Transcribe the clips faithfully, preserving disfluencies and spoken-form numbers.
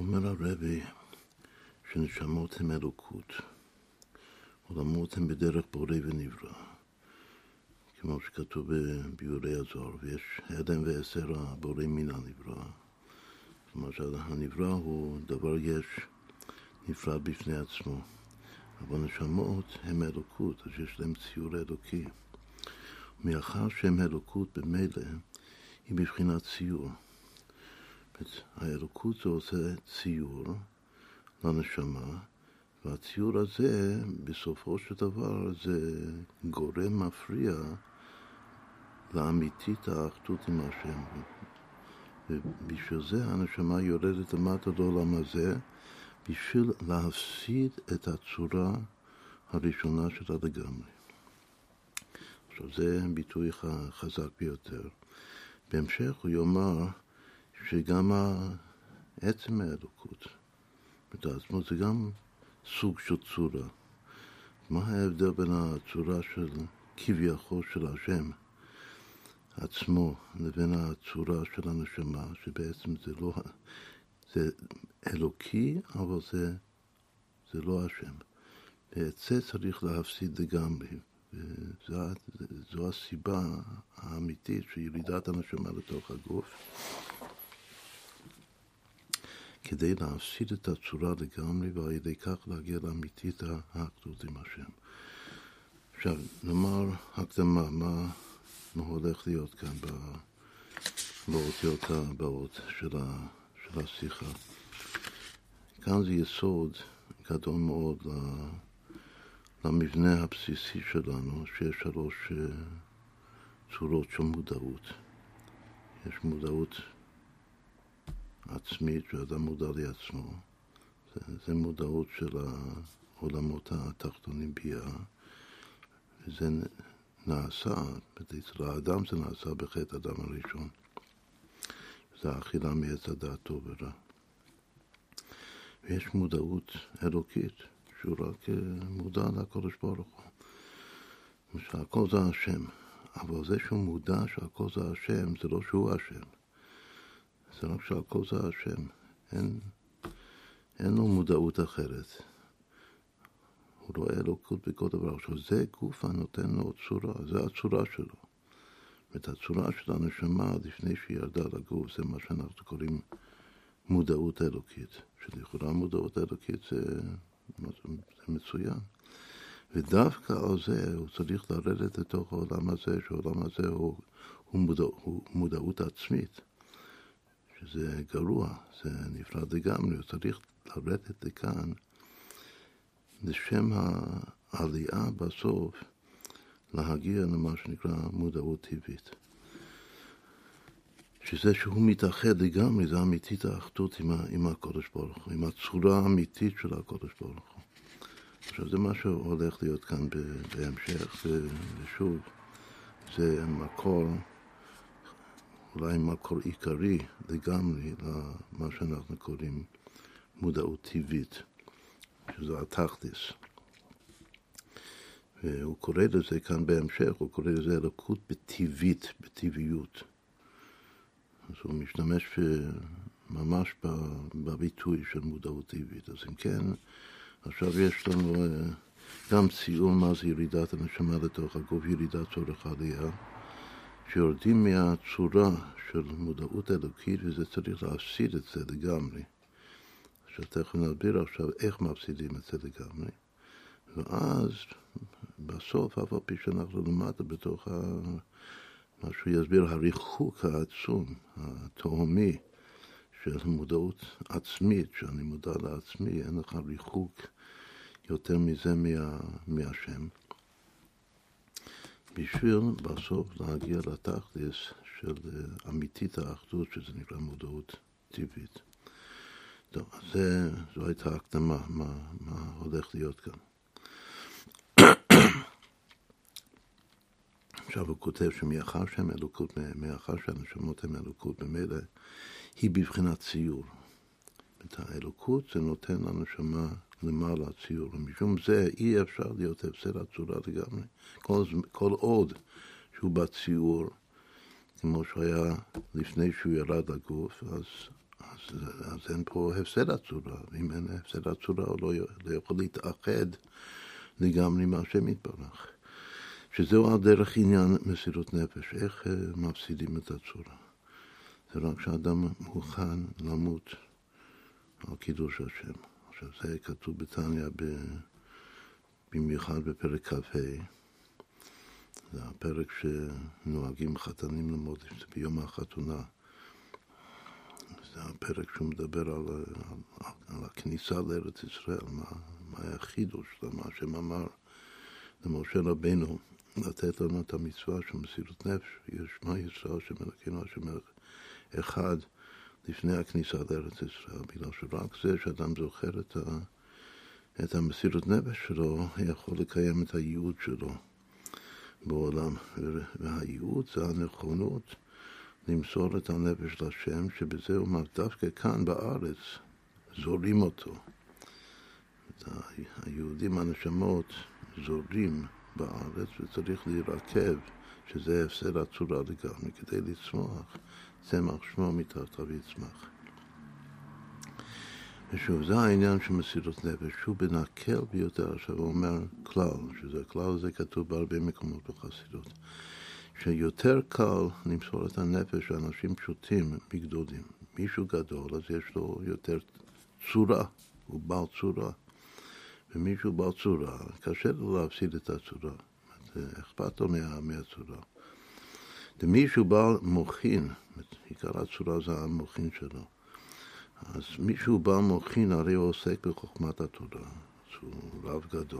אומר הרבי שנשמות הם אלוקות, עולמות הם בדרך בורא ונברא, כמו שכתוב בביאורי הזוהר, ויש אדם ועשר הבורא מן הנברא. כלומר שהנברא הוא דבר יש, נפרד בפני עצמו, אבל נשמות הם אלוקות, אז יש להם ציור אלוקי. מאחר שהם אלוקות במילא, היא בבחינת ציור. האלוקות זה עושה ציור לנשמה, והציור הזה, בסופו של דבר, זה גורם מפריע לאמיתית האחדות עם השם. ובשביל זה הנשמה יורדת למטה לעולם הזה, בשביל להפסיד את הצורה הראשונה שלה לגמרי. עכשיו, זה ביטוי חזק ביותר. בהמשך הוא יאמר שגם עצם האלוקות, בעצמו זה גם סוג של צורה. מה ההבדל בין הצורה של כביכול של השם עצמו לבין הצורה של הנשמה, שבעצם זה לא, זה אלוקי, אבל זה, זה לא השם. ואת זה צריך להפסיד לגמרי. וזו, זו הסיבה האמיתית של ירידת הנשמה לתוך הגוף, כדי להפסיד את הצורה לגמרי, ועל ידי כך להגיע לאמיתית האחדות עם השם. עכשיו, נאמר הקדמה, מה, מה הולך להיות כאן באותיות הבאות של, ה, של השיחה. כאן זה יסוד גדול מאוד למבנה הבסיסי שלנו, שיש שלוש צורות של מודעות. יש מודעות עצמית, שאדם מודע לעצמו. זה, זה מודעות של העולמות התחתונים ביאה, וזה נעשה, אצל האדם זה נעשה בחטא האדם הראשון. זה האכילה מעץ הדעת טוב ורע. ויש מודעות אלוקית, שהוא רק מודע לקדוש ברוך הוא. שהכל זה השם. אבל זה שהוא מודע שהכל זה השם, זה לא שהוא השם. זה רק שהכל זה השם. אין, אין לו מודעות אחרת. הוא רואה אלוקות בכל דבר. עכשיו, זה גוף הנותן לו צורה, זה הצורה שלו. ואת הצורה של הנשמה, לפני שהיא ירדה לגוף, זה מה שאנחנו קוראים מודעות אלוקית. שלכאורה מודעות אלוקית זה, זה מצוין. ודווקא על זה הוא צריך לרדת לתוך העולם הזה, שהעולם הזה הוא, הוא, מודע, הוא מודעות עצמית. שזה גרוע, זה נפרד לגמרי, הוא צריך לרדת לכאן לשם העלייה בסוף להגיע למה שנקרא מודעות טבעית. שזה שהוא מתאחד לגמרי, זה אמיתית האחדות עם, עם הקודש ברוך הוא, עם הצורה האמיתית של הקודש ברוך הוא. עכשיו זה מה שהולך להיות כאן בהמשך, ושוב, זה מקור, אולי מקור עיקרי לגמרי למה שאנחנו קוראים מודעות טבעית, שזה התכלס. והוא קורא לזה כאן בהמשך, הוא קורא לזה אלוקות בטבעית, בטבעיות. אז הוא משתמש ממש בביטוי של מודעות טבעית. אז אם כן, עכשיו יש לנו גם ציור מה זה ירידת הנשמה לתוך הגוף, ירידת צורך עלייה, שיורדים מהצורה של מודעות אלוקית, וזה צריך להפסיד את זה לגמרי. עכשיו תכף נסביר עכשיו איך מפסידים את זה לגמרי. ואז בסוף, אף על פי שאנחנו למטה בתוך ה... מה שהוא יסביר, הריחוק העצום, התהומי של מודעות עצמית, שאני מודע לעצמי, אין לך ריחוק יותר מזה מה, מהשם. בשביל בסוף להגיע לתכלס של אמיתית האחדות, שזה נקרא מודעות טבעית. טוב, אז זה, זו הייתה הקדמה, מה, מה הולך להיות כאן. עכשיו הוא כותב שמאחר שהם אלוקות, מאחר שהנשמות הם אלוקות, במילא היא בבחינת ציור. את האלוקות זה נותן לנשמה למעלה ציור. ומשום זה אי אפשר להיות הפסד הצורה לגמרי. כל, כל עוד שהוא בציור, כמו שהיה לפני שהוא ירד לגוף, אז אז, אז אין פה הפסד הצורה, ואם אין הפסד הצורה הוא לא, לא יכול להתאחד לגמרי מהשם יתברך. שזהו על דרך עניין מסירות נפש, איך uh, מפסידים את הצורה. זה רק כשאדם מוכן למות על קידוש השם. עכשיו זה כתוב בתניא במיוחד בפרק כ"ה. זה הפרק שנוהגים חתנים ללמוד, זה ביום החתונה. זה הפרק שהוא מדבר על, על, על הכניסה לארץ ישראל, מה, מה היה החידוש, מה השם אמר למשה רבנו, לתת לנו את המצווה של מסירות נפש, ישמע ישראל שמלכנו השם אחד לפני הכניסה לארץ ישראל, בגלל שרק זה שאדם זוכר את, ה, את המסירות נפש שלו, יכול לקיים את הייעוד שלו בעולם, והייעוד זה הנכונות למסור את הנפש לשם, שבזה הוא דווקא כאן בארץ זורים אותו. היהודים, הנשמות, זורים בארץ, וצריך להירקב, שזה הפסד הצורה לגמרי, כדי לצמוח, צמח שמו מתחתיו יצמח. ושוב, זה העניין של מסירות נפש, שהוא בנקל ביותר. עכשיו הוא אומר כלל, שזה כלל זה כתוב בהרבה מקומות בחסידות, שיותר קל למסור את הנפש לאנשים פשוטים מגדולים. מישהו גדול, אז יש לו יותר צורה, הוא בעל צורה. ומישהו בעל צורה, קשה לו להפסיד את הצורה. אכפת לו מה, מהצורה. ומישהו בעל מוחין, עיקר הצורה זה המוחין שלו. אז מישהו בעל מוחין, הרי הוא עוסק בחוכמת התורה. אז הוא רב גדול.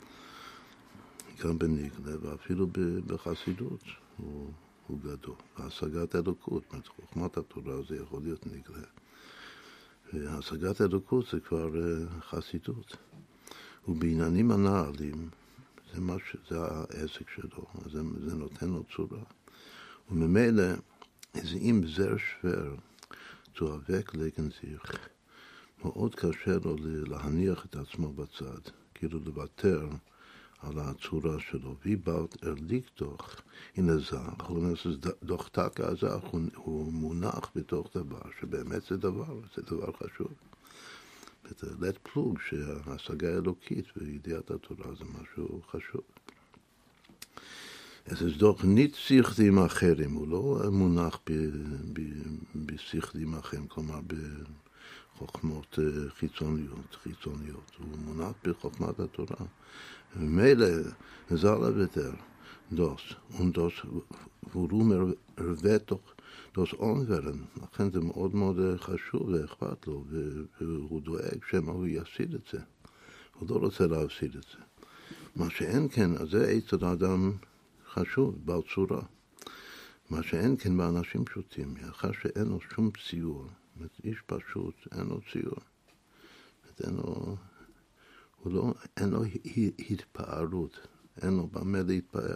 גם בניגלה, ואפילו בחסידות הוא, הוא גדול. והשגת אלוקות, חוכמת התורה זה יכול להיות ניגלה. והשגת אלוקות זה כבר חסידות. ובעניינים הנעלים, זה, מה ש... זה העסק שלו, אז זה, זה נותן לו צורה. וממילא, איזה אם זר שוור, צועבק לגנזיך, מאוד קשה לו להניח את עצמו בצד, כאילו לוותר על הצורה שלו. והיא באת ארליק תוך, הנה זך, הוא נעשה דוחתק הזך, הוא מונח בתוך דבר, שבאמת זה דבר, זה דבר חשוב. let פלוג, שההשגה האלוקית וידיעת התורה זה משהו חשוב. אז זה דוח ניט שיחדים אחרים, הוא לא מונח בשיחדים אחרים, כלומר בחוכמות חיצוניות, חיצוניות, הוא מונח בחוכמת התורה. ומילא, זה עליו יותר, דוס, ודוס, ורומר רבטוך, דוס אונברן, לכן זה מאוד מאוד חשוב ואכפת לו, והוא דואג שמה הוא יפסיד את זה. הוא לא רוצה להפסיד את זה. מה שאין כן, אז זה עצת האדם חשוב, בעל צורה. מה שאין כן באנשים פשוטים, אחר שאין לו שום ציור, איש פשוט, אין לו ציור. אין לו, הוא לא, אין לו התפארות, אין לו במה להתפאר.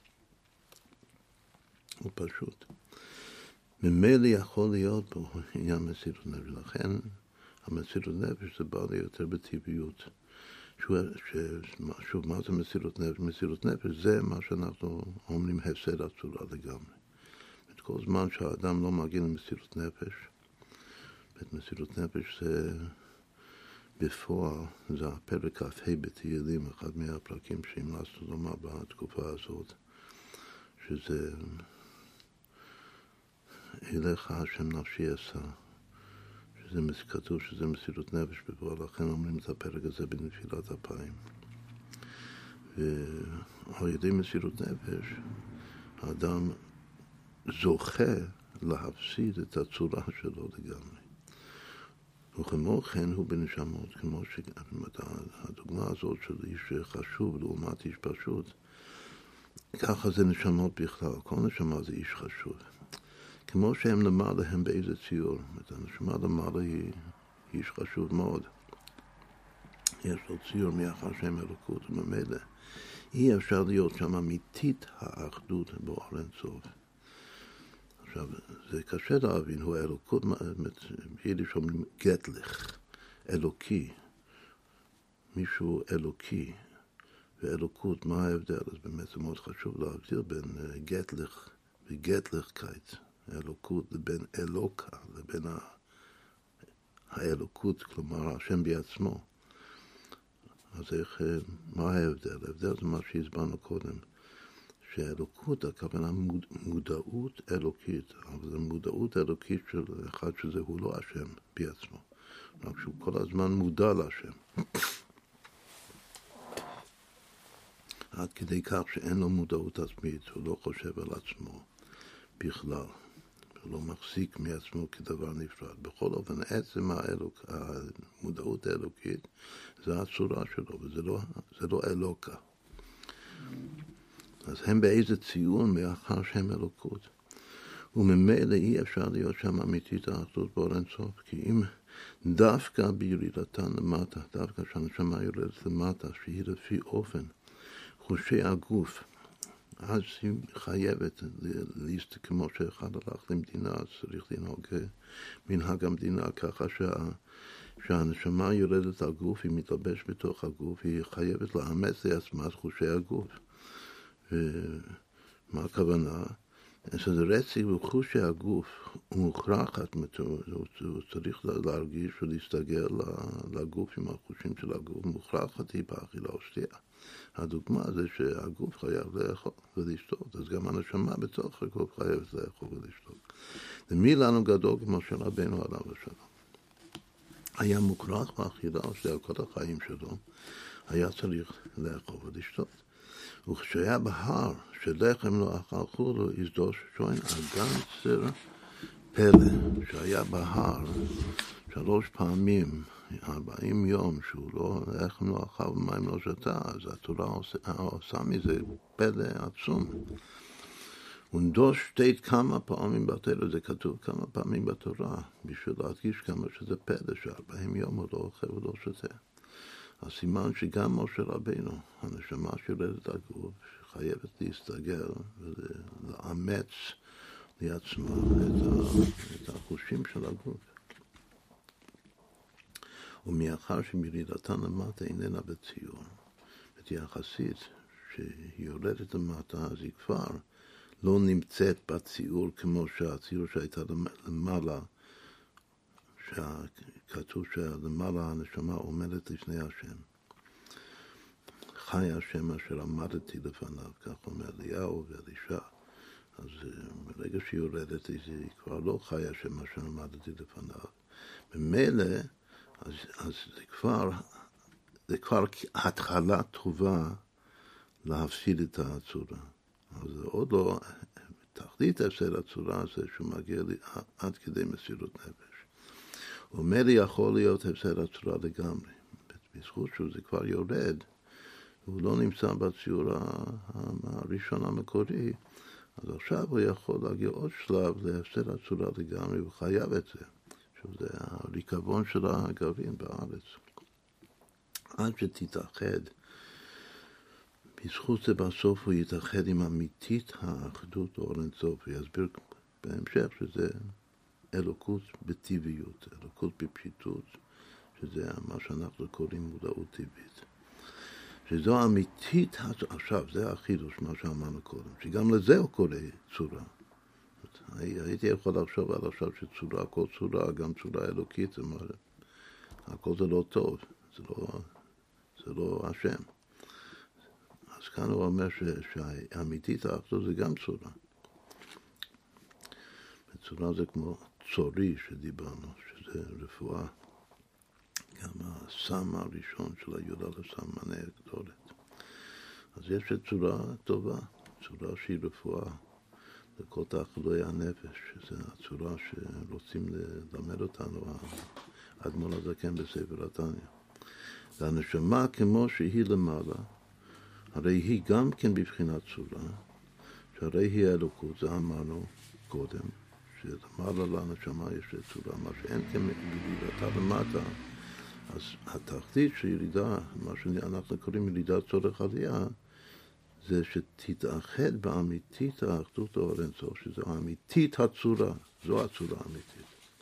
הוא פשוט. ממילא יכול להיות פה עניין מסירות נפש. לכן המסירות נפש זה בא לי יותר בטבעיות. שוב, מה זה מסירות נפש? מסירות נפש זה מה שאנחנו אומרים הפסד הצורה לגמרי. את כל זמן שהאדם לא מגיע למסירות נפש, את מסירות נפש זה בפועל, זה הפרק כ"ה בתהילים, אחד מהפרקים שהמלצנו לומר בתקופה הזאת, שזה אליך השם נפשי אשא, שזה כתוב שזה מסירות נפש בפועל, לכן אומרים את הפרק הזה בנפילת אפיים. ועל ידי מסירות נפש, האדם זוכה להפסיד את הצורה שלו לגמרי. וכמו כן הוא בנשמות, כמו שהדוגמה הזאת של איש חשוב לעומת איש פשוט, ככה זה נשמות בכלל, כל נשמה זה איש חשוב. כמו שהם למעלה הם באיזה ציור, את הנשמה למעלה היא איש חשוב מאוד. יש לו ציור מאחר שהם אלוקות, וממילא אי אפשר להיות שם אמיתית האחדות באור אין סוף. עכשיו, זה קשה להבין, הוא אלוקות, ביידיש אומרים גטלך, אלוקי, מישהו אלוקי, ואלוקות, מה ההבדל? אז באמת זה מאוד חשוב להבדיל בין גטלך וגטלכקייט, אלוקות לבין אלוקה, לבין האלוקות, כלומר השם בעצמו. אז איך, מה ההבדל? ההבדל זה מה שהסברנו קודם, שהאלוקות, הכוונה מוד, מודעות אלוקית, אבל זו מודעות אלוקית של אחד שזה הוא לא השם בעצמו, רק שהוא כל הזמן מודע להשם. עד כדי כך שאין לו מודעות עצמית, הוא לא חושב על עצמו בכלל, הוא לא מחזיק מעצמו כדבר נפרד. בכל אופן, עצם האלוק, המודעות האלוקית, זה הצורה שלו, וזה לא, זה לא אלוקה. אז הם באיזה ציון מאחר שהם אלוקות. וממילא אי אפשר להיות שם אמיתית האחדות באור אין סוף, כי אם דווקא בירידתן למטה, דווקא שהנשמה יורדת למטה, שהיא לפי אופן חושי הגוף, אז היא חייבת, כמו שאחד הלך למדינה, אז צריך לנהוג מנהג המדינה, ככה שה, שהנשמה יורדת על גוף, היא מתלבש בתוך הגוף, היא חייבת לאמץ לעצמה את חושי הגוף. ומה הכוונה? שזה רציק בחושי הגוף, הוא מוכרח, הוא צריך להרגיש ולהסתגל לגוף עם החושים של הגוף, מוכרח אותי באכילה או שתייה. הדוגמה זה שהגוף חייב לאכול ולשתות, אז גם הנשמה בתוך הגוף חייבת לאכול ולשתות. ומי לנו גדול כמו של רבנו עליו השלום? היה מוכרח באכילה או שתייה כל החיים שלו, היה צריך לאכול ולשתות. וכשהיה בהר שלחם לא אכל חולו, יזדוש שוין הגנצר פלא, שהיה בהר שלוש פעמים, ארבעים יום, שהוא לא, לחם לא אכל ומים לא שתה, אז התורה עושה, עושה מזה פלא עצום. ונדוש שתית כמה פעמים בתורה, זה כתוב כמה פעמים בתורה, בשביל להדגיש כמה שזה פלא, שארבעים יום הוא לא אוכל ולא שתה. הסימן שגם משה רבינו, הנשמה שיורדת הגוף, חייבת להסתגל ולאמץ לעצמה את החושים של הגוף. ומאחר שמרידתן למטה איננה בציון, את יחסית שהיא יורדת למטה, אז היא כבר לא נמצאת בציור כמו שהציור שהייתה למעלה, שכתוב שלמעלה הנשמה עומדת לפני השם. חי השם אשר עמדתי לפניו, כך אומר אליהו ואלישע. אז ברגע שהיא יורדת, היא כבר לא חי השם אשר עמדתי לפניו. במילא, אז, אז זה כבר, זה כבר התחלה טובה להפסיד את הצורה. אז זה עוד לא, תחתית הפסד הצורה זה שהוא מגיע עד כדי מסירות נפש. ומילא יכול להיות הפסד הצורה לגמרי. בזכות שהוא זה כבר יורד, הוא לא נמצא בציור הראשון המקורי, אז עכשיו הוא יכול להגיע עוד שלב להפסד הצורה לגמרי, הוא חייב את זה, שזה הריקבון של הגרעין בארץ. עד שתתאחד, בזכות זה בסוף הוא יתאחד עם אמיתית האחדות אור אין סוף, ויסביר בהמשך שזה אלוקות בטבעיות, אלוקות בפשיטות, שזה מה שאנחנו קוראים מודעות טבעית. שזו אמיתית, עכשיו זה החידוש מה שאמרנו קודם, שגם לזה הוא קורא צורה. הייתי יכול לחשוב עד עכשיו שצורה, כל צורה, גם צורה אלוקית, זה אומר, הכל זה לא טוב, זה לא, זה לא השם. אז כאן הוא אומר שהאמיתית האחדות זה גם צורה. צורה זה כמו צורי שדיברנו, שזה רפואה. גם הסם הראשון של היהודה לסם מנה גדולת. אז יש צורה טובה, צורה שהיא רפואה לכל תחלואי הנפש, שזו הצורה שרוצים ללמד אותנו, האדמו"ר הזקן בספר התניא. והנשמה כמו שהיא למעלה, הרי היא גם כן בבחינת צורה, שהרי היא אלוקות, זה אמרנו קודם, שלמעלה לנשמה יש צורה, מה שאין כמדידתה למטה, אז התחתית של ירידה, מה שאנחנו קוראים ירידת צורך עלייה, זה שתתאחד באמיתית האחדות האור אין סוף, שזו האמיתית הצורה, זו הצורה האמיתית.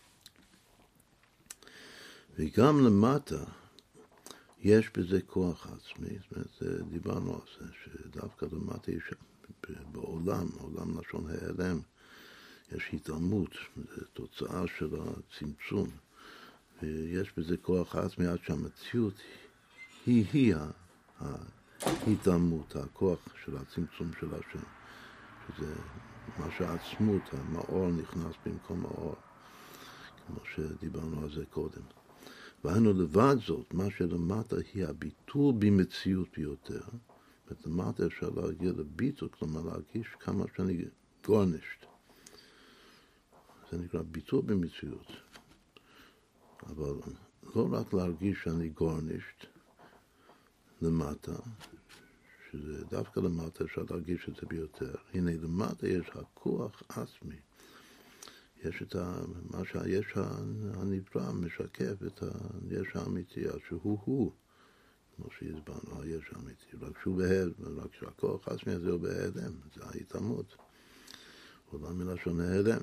וגם למטה יש בזה כוח עצמי, זאת אומרת, דיברנו על זה, שדווקא למטה יש בעולם, עולם לשון העלם, יש התעלמות, זו תוצאה של הצמצום, ויש בזה כוח עצמי עד שהמציאות היא היא ההתעלמות, הכוח של הצמצום של השם, שזה מה שהעצמות, המאור נכנס במקום האור, כמו שדיברנו על זה קודם. והיינו לבד זאת, מה שלמטה היא הביטול במציאות ביותר, ולמטה אפשר להגיע לביטול, כלומר להרגיש כמה שאני גורנישט. זה נקרא ביטול במציאות. אבל לא רק להרגיש שאני גורנישט למטה, שזה דווקא למטה אפשר להרגיש את זה ביותר. הנה למטה יש הכוח עצמי. יש את ה, מה שיש הנברא משקף את היש האמיתי, שהוא הוא, כמו שהסברנו, היש האמיתי, רק שהוא בהיעלם, רק שהכוח עצמי הזה הוא בהיעלם, זה ההתעלמות, עולם מלשון ההיעלם.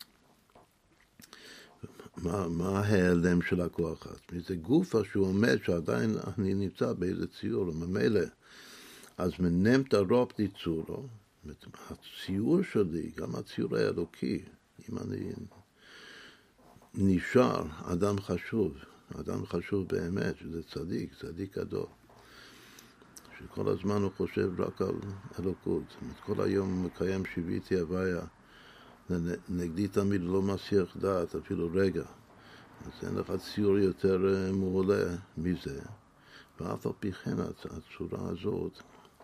מה, מה ההיעלם של הכוח עצמי? זה גופה שהוא עומד שעדיין אני נמצא באיזה ציור, וממילא, אז מנמת רופתי צורו, הציור שלי, גם הציור האלוקי, אם אני נשאר אדם חשוב, אדם חשוב באמת, שזה צדיק, צדיק גדול, שכל הזמן הוא חושב רק על אלוקות, כל היום הוא מקיים שיביתי הוויה, נגדי תמיד לא מסיח דעת, אפילו רגע, אז אין לך ציור יותר מעולה מזה, ואף על פי כן הצורה הזאת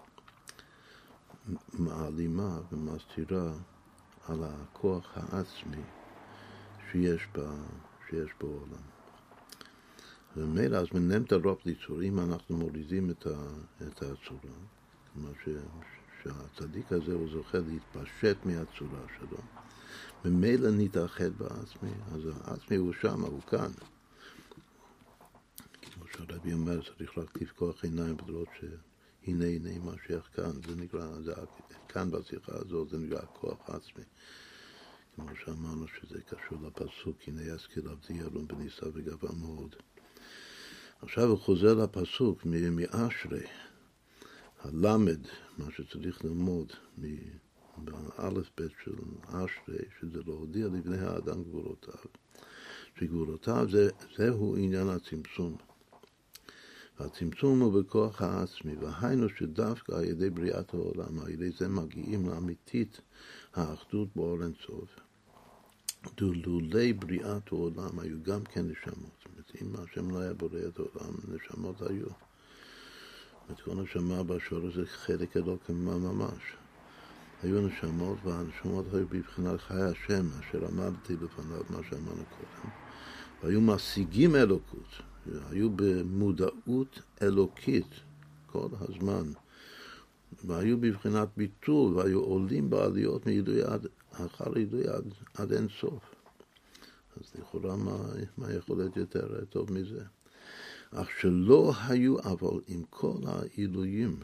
מעלימה ומסתירה על הכוח העצמי שיש בה, שיש בעולם. ומילא אז מנמת הרוב ליצור, אם אנחנו מורידים את, ה, את הצורה, כלומר ש, שהצדיק הזה הוא זוכה להתפשט מהצורה שלו, ומילא נתאחד בעצמי, אז העצמי הוא שם, הוא כאן. כמו שהרבי אומר, צריך רק לפקוח עיניים ולראות שהנה הנה משיח כאן, זה נקרא, זה, כאן בשיחה הזאת זה נקרא כוח עצמי. כמו שאמרנו שזה קשור לפסוק, הנה יזכיר עבדי ירום בניסה וגבה מאוד. עכשיו הוא חוזר לפסוק מאשרי, הלמד, מה שצריך ללמוד באלף בית של אשרי, שזה להודיע לבני האדם גבורותיו. שגבורותיו זה, זהו עניין הצמצום. והצמצום הוא בכוח העצמי, והיינו שדווקא על ידי בריאת העולם, על ידי זה מגיעים לאמיתית האחדות באור אין סוף. דולולי בריאת העולם היו גם כן נשמות. זאת אומרת, אם השם לא היה בורא את העולם, נשמות היו. זאת כל נשמה בשורש זה חלק אלוקים ממש. היו נשמות, והנשמות היו בבחינת חיי השם, אשר עמדתי לפניו, מה שאמרנו קודם. והיו משיגים אלוקות, היו במודעות אלוקית כל הזמן. והיו בבחינת ביטול, והיו עולים בעליות מידוי עד, אחר ידוי עד, עד אין סוף. אז לכאורה מה, מה יכול להיות יותר טוב מזה? אך שלא היו, אבל עם כל העילויים,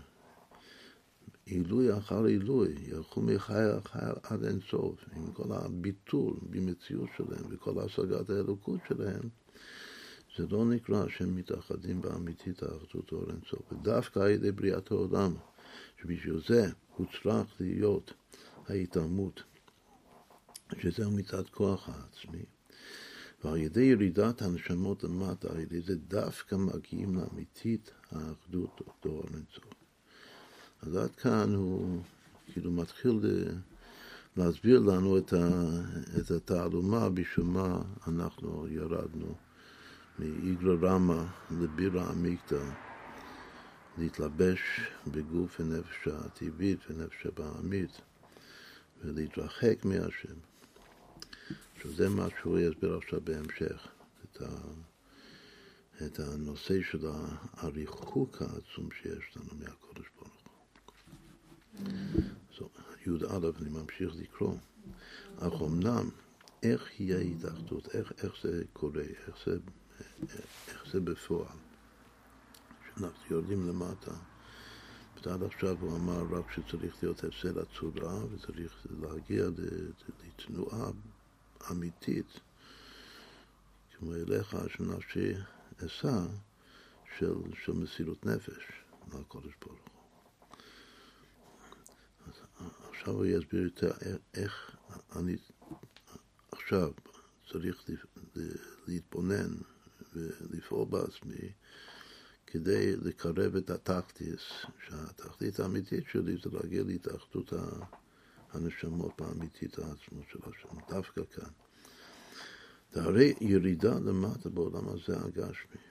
עילוי אחר עילוי, ילכו מחי אחר עד אין סוף, עם כל הביטול במציאות שלהם וכל השגת האלוקות שלהם, זה לא נקרא שהם מתאחדים באמיתית האחדות אור אין סוף. ודווקא על ידי בריאת העולם, שבשביל זה הוא צריך להיות ההתעלמות, שזהו מצד כוח העצמי, ועל ידי ירידת הנשמות למטה, על ידי זה דווקא מגיעים לאמיתית האחדות אור אין סוף. אז עד כאן הוא כאילו מתחיל להסביר לנו את, ה, את התעלומה בשביל מה אנחנו ירדנו מאיגרא רמא לבירא עמיקתא, להתלבש בגוף ונפש הטבעית ונפש הבעמית ולהתרחק מהשם. שזה מה שהוא יסביר עכשיו בהמשך, את, ה, את הנושא של הריחוק העצום שיש לנו מהקודש ברוך הוא. י' א', אני ממשיך לקרוא. אך אמנם, איך יהיה התאחדות, איך, איך זה קורה, איך זה, איך זה בפועל. שאנחנו יורדים למטה, ועד עכשיו הוא אמר רק שצריך להיות הפסד הצורה, וצריך להגיע לתנועה אמיתית, כמו אליך שנפשי עשה, של, של מסירות נפש מהקודש ברוך הוא. עכשיו הוא יסביר יותר איך אני עכשיו צריך להתבונן ולפעול בעצמי, כדי לקרב את התחתית, שהתחתית האמיתית שלי זה להגיע להתאחדות הנשמות האמיתית העצמות של השם, דווקא כאן. זה הרי ירידה למטה בעולם הזה הגשמי.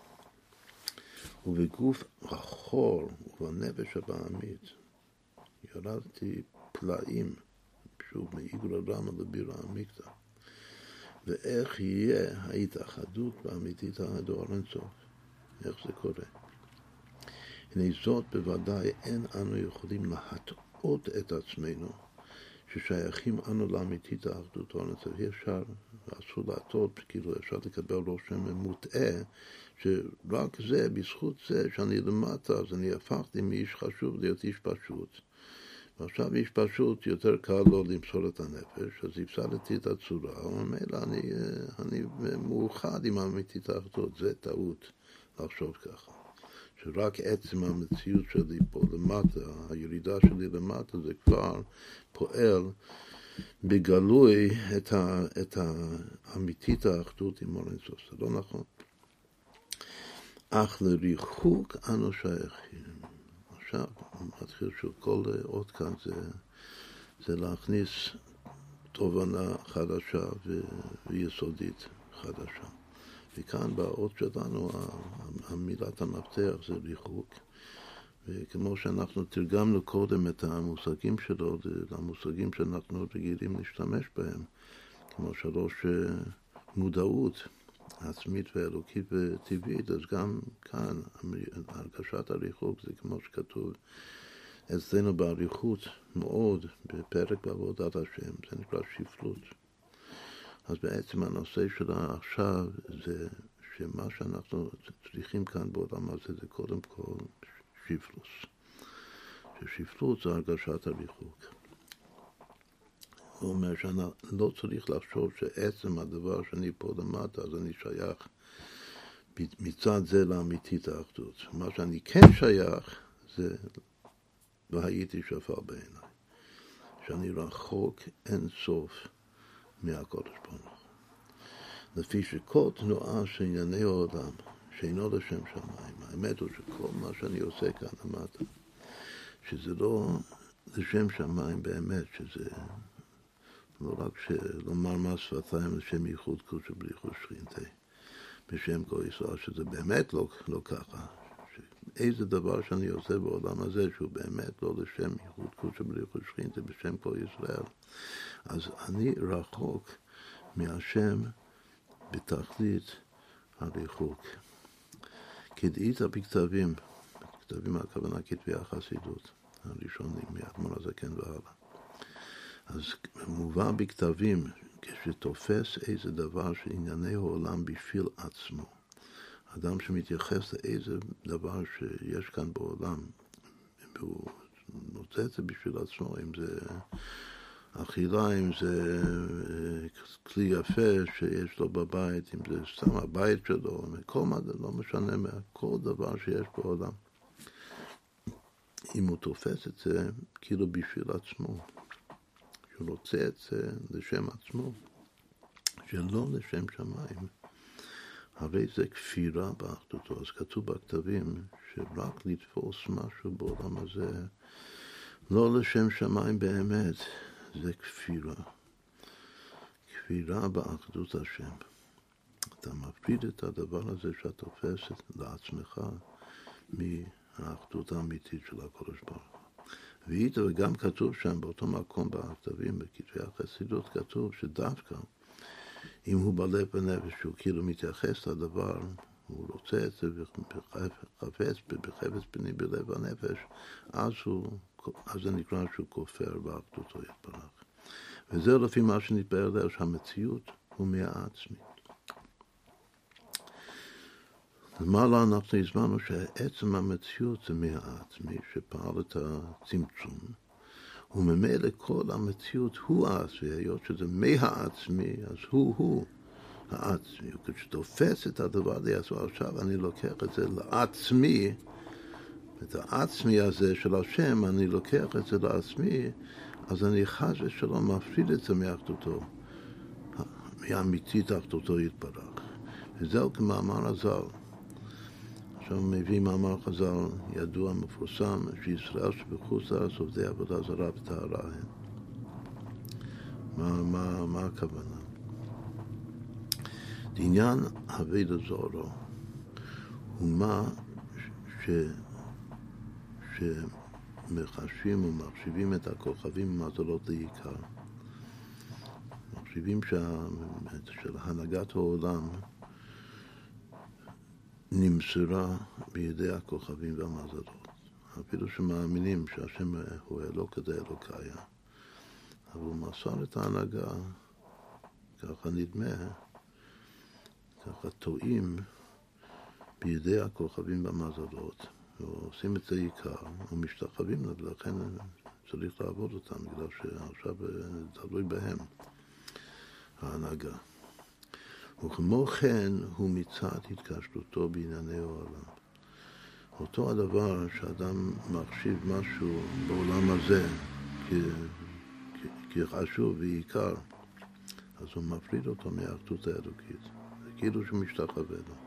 ובגוף החור ובנפש הבעמית ירדתי פלאים, שוב מאיגרא רמא לבירא עמיקתא, ואיך יהיה ההתאחדות באמיתית הדור אינסוף, איך זה קורה. הנה זאת בוודאי אין אנו יכולים להטעות את עצמנו ששייכים אנו לאמיתית האחדות הארץ. אי אפשר, אסור להטעות, כאילו אפשר לקבל רושם מוטעה, שרק זה, בזכות זה שאני למטה, אז אני הפכתי מאיש חשוב להיות איש פשוט. ועכשיו איש פשוט יותר קל לו למסור את הנפש, אז הפסדתי את הצורה, וממילא אני, אני מאוחד עם האמיתית האחדות. זה טעות לחשוב ככה. שרק עצם המציאות שלי פה למטה, הירידה שלי למטה, זה כבר פועל בגלוי את, ה, את האמיתית האחדות עם אור אינסוף. זה לא נכון. אך לריחוק אנו שייכים. עכשיו, מתחיל שוב, כל עוד כאן זה, זה להכניס תובנה חדשה ו, ויסודית חדשה. וכאן באות שלנו, המילת המפתח זה ריחוק, וכמו שאנחנו תרגמנו קודם את המושגים שלו, המושגים שאנחנו רגילים להשתמש בהם, כמו שלוש מודעות עצמית ואלוקית וטבעית, אז גם כאן הרגשת הריחוק זה כמו שכתוב אצלנו באריכות מאוד בפרק בעבודת השם, זה נקרא שפלות. אז בעצם הנושא שלה עכשיו זה שמה שאנחנו צריכים כאן בעולם הזה זה קודם כל שפלוס. ששפלות זה הרגשת הריחוק. הוא אומר שאני לא צריך לחשוב שעצם הדבר שאני פה למטה, אז אני שייך מצד זה לאמיתית האחדות. מה שאני כן שייך זה והייתי שפר בעיניי. שאני רחוק אין סוף מהקודש ברוך הוא. לפי שכל תנועה של ענייני העולם, שאינו לשם שמיים, האמת הוא שכל מה שאני עושה כאן למטה, שזה לא לשם שמיים באמת, שזה לא רק לומר מה שפתיים לשם ייחוד קודש ובריחוד שכינתי, בשם כל ישראל, שזה באמת לא, לא ככה. איזה דבר שאני עושה בעולם הזה, שהוא באמת לא לשם ייחוד קודש ובריחוד שכינתי, בשם כל ישראל, אז אני רחוק מהשם בתכלית הריחוק. כדאית בכתבים, כתבים הכוונה כתבי החסידות, הראשונים, מאדמו"ר הזקן והלאה. אז מובא בכתבים, כשתופס איזה דבר שענייני העולם בשביל עצמו, אדם שמתייחס לאיזה דבר שיש כאן בעולם, והוא נוצא את זה בשביל עצמו, אם זה אכילה, אם זה כלי יפה שיש לו בבית, אם זה סתם הבית שלו, כל מה זה לא משנה, כל דבר שיש בעולם. אם הוא תופס את זה כאילו בשביל עצמו, שהוא רוצה את זה לשם עצמו, שלא לשם שמיים, הרי זה כפירה באחדותו. אז כתוב בכתבים שרק לתפוס משהו בעולם הזה, לא לשם שמיים באמת, זה כפירה. כפירה באחדות השם. אתה מפריד את הדבר הזה שאתה תופס לעצמך מהאחדות האמיתית של הקדוש ברוך הוא. ואיתו, וגם כתוב שם באותו מקום בכתבים, בכתבי החסידות, כתוב שדווקא אם הוא בלב בנפש, שהוא כאילו מתייחס לדבר, הוא רוצה את זה בחפץ, בחפץ פני בלב הנפש, אז, הוא, אז זה נקרא שהוא כופר באחדותו יתברך. וזה לפי מה שנתבהר עליו, שהמציאות הוא מהעצמי. למעלה אנחנו הזמנו שעצם המציאות זה מהעצמי, שפעל את הצמצום, וממילא כל המציאות הוא העצמי, היות שזה מהעצמי, אז הוא הוא העצמי. וכשתופס את הדבר לעצמו, עכשיו אני לוקח את זה לעצמי, את העצמי הזה של השם, אני לוקח את זה לעצמי, אז אני חס ושלום מפריד את זה מאחדותו, מאמיתית אחדותו יתברך. וזהו כמאמר הז"ל. עכשיו מביא מאמר חז"ל ידוע מפורסם, שישראל שבחוץ לארץ עובדי עבודה זרה וטהרה הם. מה, מה, מה הכוונה? עניין עבודת זרה הוא מה ש... שמחשבים ומחשיבים את הכוכבים במזלות לעיקר. מחשיבים שה... של הנהגת העולם נמסרה בידי הכוכבים והמזלות. אפילו שמאמינים שהשם הוא אלוק כדי אלוקיה. אבל הוא מסר את ההנהגה, ככה נדמה, ככה טועים בידי הכוכבים והמזלות. ועושים את זה עיקר, ומשתחווים לה, ולכן צריך לעבוד אותם, בגלל שעכשיו תלוי בהם ההנהגה. וכמו כן הוא מצד התקשרותו בענייני העולם. אותו הדבר שאדם מחשיב משהו בעולם הזה כחשוב ועיקר, אז הוא מפריד אותו מהאחדות האלוקית. זה כאילו שהוא משתחווה לו.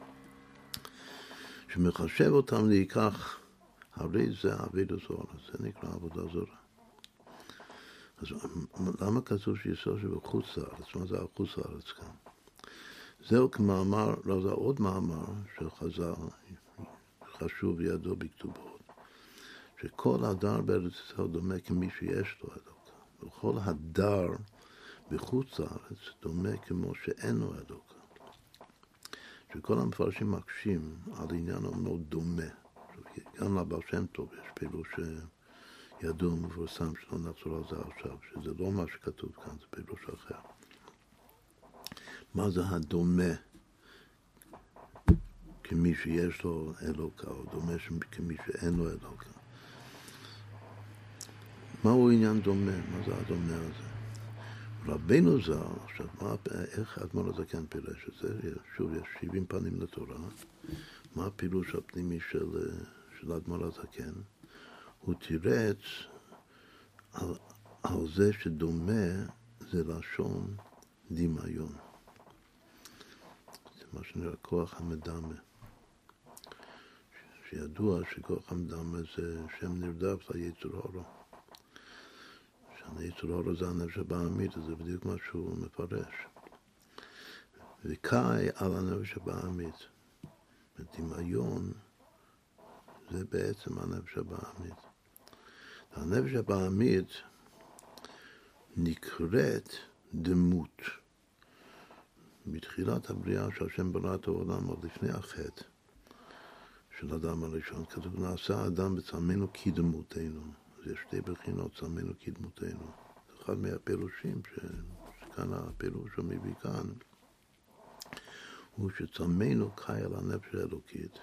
שמחשב אותם להיקח, הרי זה עבודת זרה, זה נקרא עבודה זרה. אז למה כתוב שישראל שבחוץ לארץ? מה זה החוץ לארץ כאן? זהו כמאמר, לא זה עוד מאמר של חז"ל, חשוב וידוע בכתובות, שכל הדר בארץ ישראל דומה כמי שיש לו אלוק. וכל הדר בחוץ לארץ דומה כמו שאין לו אלוק. שכל המפרשים מקשים על עניין מאוד דומה. גם לבעל שם טוב יש פירוש ידוע ומפורסם שלא נחזור על זה עכשיו, שזה לא מה שכתוב כאן, זה פירוש אחר. מה זה הדומה כמי שיש לו אלוקה, או דומה כמי שאין לו אלוקה? מהו עניין דומה? מה זה הדומה הזה? רבינו ז"ל, עכשיו, מה, איך אדמו"ר הזקן פירש את זה? שוב, יש שבעים פנים לתורה. מה הפירוש הפנימי של, של אדמו"ר הזקן? הוא תירץ על, על זה שדומה זה לשון דמיון. זה מה שנראה כוח המדמה. שידוע שכוח המדמה זה שם נרדף ליצר הורו. היצר הורו זה הנפש הבעמית, זה בדיוק מה שהוא מפרש. וקאי על הנפש הבעמית. דמיון זה בעצם הנפש הבעמית. הנפש הבעמית נקראת דמות. בתחילת הבריאה שהשם ברא את העולם עוד לפני החטא של אדם הראשון, כתוב נעשה אדם בצלמנו כדמותנו. אז יש שתי בחינות, צלמנו כדמותנו. זה אחד מהפירושים שכאן הפירוש המביא כאן, הוא שצלמנו קאי על הנפש האלוקית.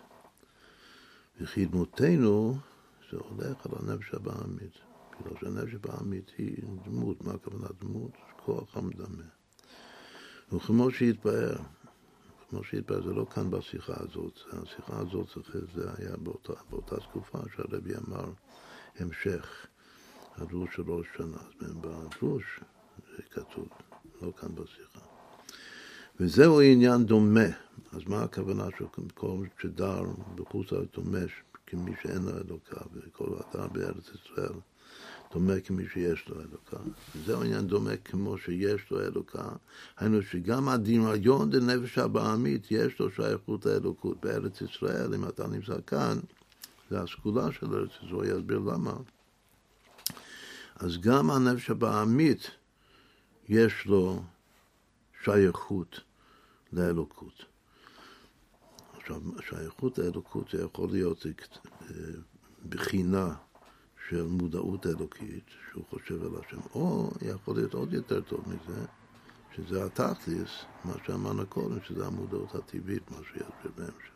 וכדמותנו זה הולך על הנפש הבעמית. בגלל שהנפש הבעמית היא דמות. מה הכוונה דמות? כוח המדמה. וכמו שהתבאר, כמו שהתבאר, זה לא כאן בשיחה הזאת. השיחה הזאת זה היה באותה, באותה תקופה שהרבי אמר המשך הדרוש של ראש שנה. אז בדרוש זה כתוב, לא כאן בשיחה. וזהו עניין דומה. אז מה הכוונה שכל שדר בחוץ לארץ דומה כמי שאין לו אלוקה, וכל הדר בארץ ישראל דומה כמי שיש לו אלוקה. וזהו עניין דומה כמו שיש לו אלוקה. היינו שגם הדמיון דנפש הבעמית יש לו שייכות האלוקות בארץ ישראל. אם אתה נמצא כאן, זה הסגולה של ארץ ישראל, יסביר למה. אז גם הנפש הבעמית יש לו שייכות לאלוקות. עכשיו, שייכות לאלוקות זה יכול להיות בחינה של מודעות אלוקית, שהוא חושב על השם, או יכול להיות עוד יותר טוב מזה, שזה התכלס, מה שאמרנו קודם, שזה המודעות הטבעית, מה שיסביר בהמשך.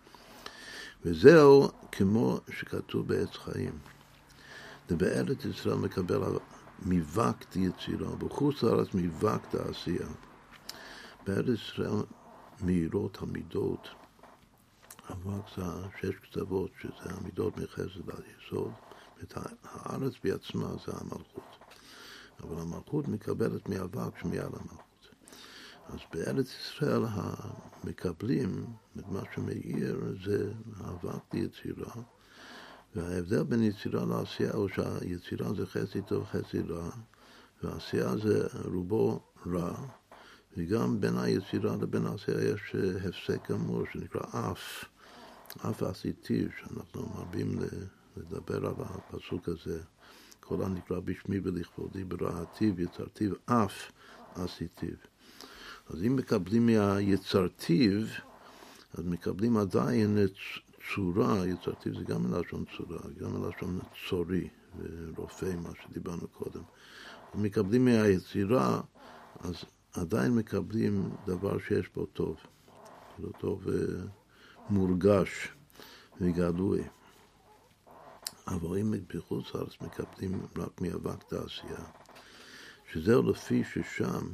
וזהו כמו שכתוב בעץ חיים. בארץ ישראל מקבל מבקת יצירה, בחוץ לארץ מבקת העשייה. בארץ ישראל מהירות המידות, אבק זה שש כתבות, שזה המידות מחסד על יסוד, הארץ בעצמה זה המלכות. אבל המלכות מקבלת מאבק שמיעה למלכות. אז בארץ ישראל המקבלים את מה שמאיר זה האבק ליצירה, וההבדל בין יצירה לעשייה הוא שהיצירה זה חצי טוב חצי רע, והעשייה זה רובו רע, וגם בין היצירה לבין העשייה יש הפסק גמור שנקרא אף, אף עשיתיו, שאנחנו מרבים לדבר על הפסוק הזה, כל הנקרא בשמי ולכבודי ברעתיו יצרתיו אף עשיתיו. אז אם מקבלים מהיצרתיו, אז מקבלים עדיין צורה, יצרתיו זה גם מלשון צורה, גם מלשון צורי ורופא, מה שדיברנו קודם. אז מקבלים מהיצירה, אז עדיין מקבלים דבר שיש בו טוב. זה טוב מורגש וגלוי. אבל אם בחוץ לארץ מקבלים רק מאבק תעשייה, שזהו לפי ששם,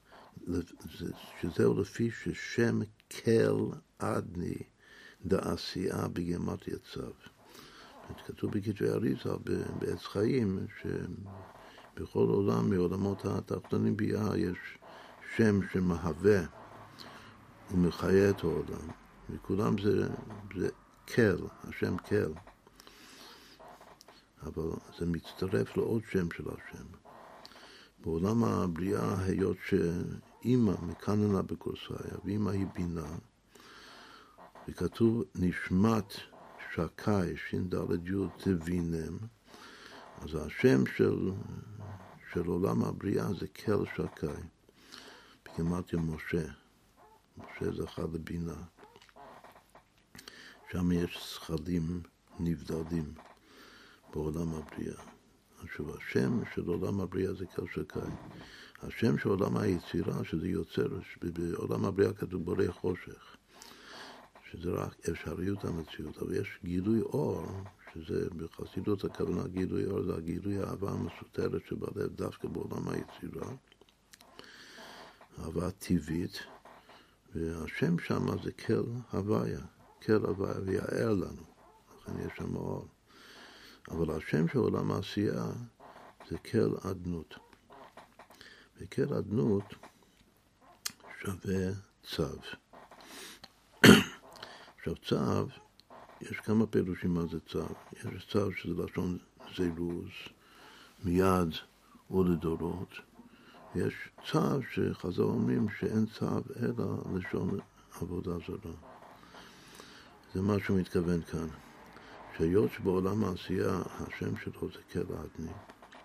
שזהו לפי ששם כל עדני דעשייה בגמת יצב. כתוב בכתבי אריזה בעץ חיים, שבכל עולם מעולמות התחתונים ביאה יש שם שמהווה ומחיה את העולם. וכולם זה, זה כל, השם כל. אבל זה מצטרף לעוד שם של השם. בעולם הבריאה, היות שאמא מקננה בקורסאיה, ואמא היא בינה, וכתוב נשמת שקי, שין דלת יוד תבינם, אז השם של, של עולם הבריאה זה כל שקי, בגמרתיה משה, משה זכה לבינה, שם יש שכלים נבדלים בעולם הבריאה. עכשיו, השם של עולם הבריאה זה כל שקי. השם של עולם היצירה, שזה יוצר, בעולם הבריאה כתוב בורא חושך, שזה רק אפשריות המציאות, אבל יש גילוי אור, שזה בחסידות הכוונה גילוי אור, זה הגילוי האהבה המסותרת שבלב דווקא בעולם היצירה, אהבה טבעית, והשם שם זה כל הוויה, כל הוויה, ויער לנו, לכן יש שם אור. אבל השם של עולם העשייה זה כל עדנות. וכל עדנות שווה צו. עכשיו צו, יש כמה פירושים מה זה צו. יש צו שזה לשון זירוז, מיד ולדורות. יש צו שחז"ל אומרים שאין צו אלא לשון עבודה זרה. זה מה שהוא מתכוון כאן. שהיות שבעולם העשייה השם שלו זה כל עדני,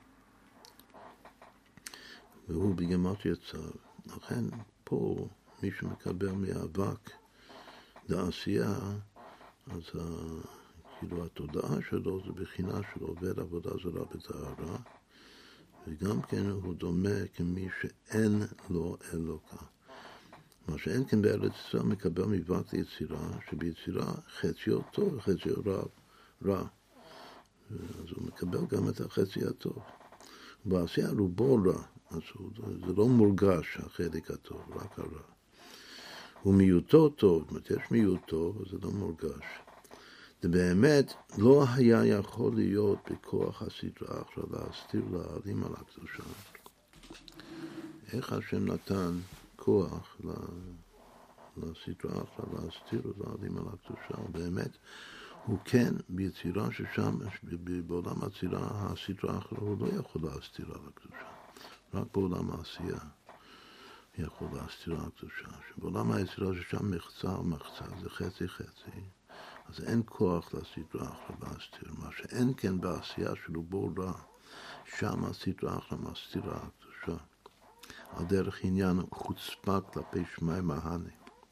והוא בגמת יצב, לכן פה מי שמקבל מאבק לעשייה, אז כאילו התודעה שלו זה בחינה של עובד עבודה זרה בטהרה, וגם כן הוא דומה כמי שאין לו אלוקה. מה שאין כן בארץ ישראל מקבל מאבק ליצירה, שביצירה חציו טוב וחציו רע. רע. אז הוא מקבל גם את החצי הטוב. בעשייה רובו רע, אז זה לא מורגש החלק הטוב, רק הרע. ומיעוטו טוב, זאת אומרת, יש מיעוט טוב, אז זה לא מורגש. זה באמת לא היה יכול להיות בכוח הסדרה עכשיו להסתיר להעלים על הקדושה. איך השם נתן כוח לסדרה עכשיו להסתיר להעלים על הקדושה, ובאמת הוא כן, ביצירה ששם, בעולם הצירה, הסדרה האחרה, הוא לא יכול להסתיר על הקדושה. רק בעולם העשייה יכול להסתיר על הקדושה. שבעולם היצירה ששם מחצה מחצה, זה חצי חצי, אז אין כוח לסדרה האחרה להסתיר. מה שאין כן בעשייה שלו בו רע, שם הסדרה האחרה מסתירה על הקדושה. על דרך עניין חוצפה כלפי שמי מהני.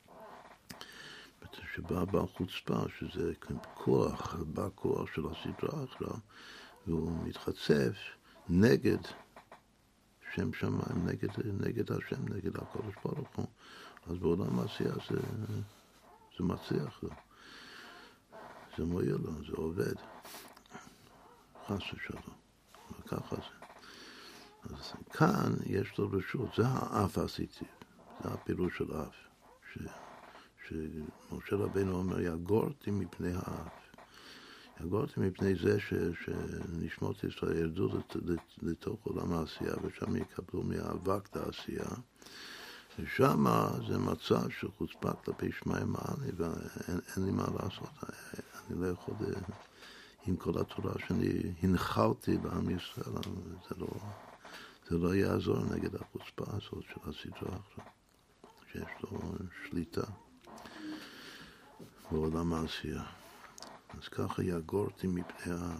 שבא בעל חוצפה, שזה כוח, בא כוח של הסדרה האחרה, והוא מתחצף נגד שם שמיים, נגד, נגד השם, נגד הקדוש ברוך הוא. אז בעולם העשייה זה, זה מצליח לו. זה מועיל לו, זה עובד. חס ושלום. וככה זה. אז כאן יש לו רשות, זה האף עשיתי, זה הפירוש של אף, ש... שמשה רבינו אומר, יגורתי מפני האף. יגורתי מפני זה ש, שנשמות ישראל ירדו לת, לת, לתוך עולם העשייה, ושם יקבלו מאבק את העשייה, ושם זה מצב של חוצפה כלפי שמיים מעני, ואין לי מה לעשות. אני לא יכול, עם כל התורה שאני הנחלתי בעם ישראל, זה לא, זה לא יעזור נגד החוצפה הזאת של הסדרה עכשיו, שיש לו שליטה בעולם העשייה. אז ככה יגורתי מפני האב.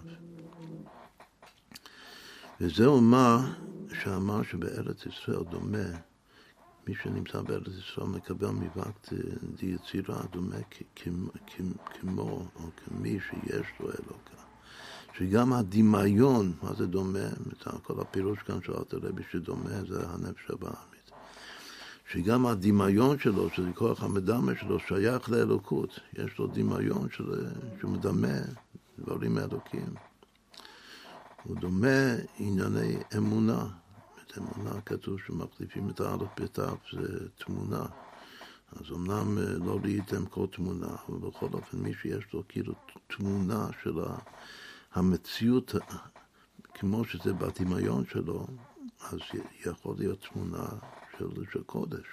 וזהו מה שאמר שבארץ ישראל דומה, מי שנמצא בארץ ישראל מקבל מבקת דיצירה דומה כמו או כמי שיש לו אלוקה. שגם הדמיון, מה זה דומה? כל הפירוש כאן שאלת רבי שדומה זה הנפש הבאמית. שגם הדמיון שלו, שזה כוח המדמה שלו, שייך לאלוקות. יש לו דמיון שמדמה דברים אלוקים. הוא דומה ענייני אמונה. את אמונה כתוב שמחליפים את האלף בתיו, זה תמונה. אז אמנם לא ראיתם כל תמונה, אבל בכל אופן מי שיש לו כאילו תמונה של המציאות, כמו שזה בדמיון שלו, אז יכול להיות תמונה של, של קודש.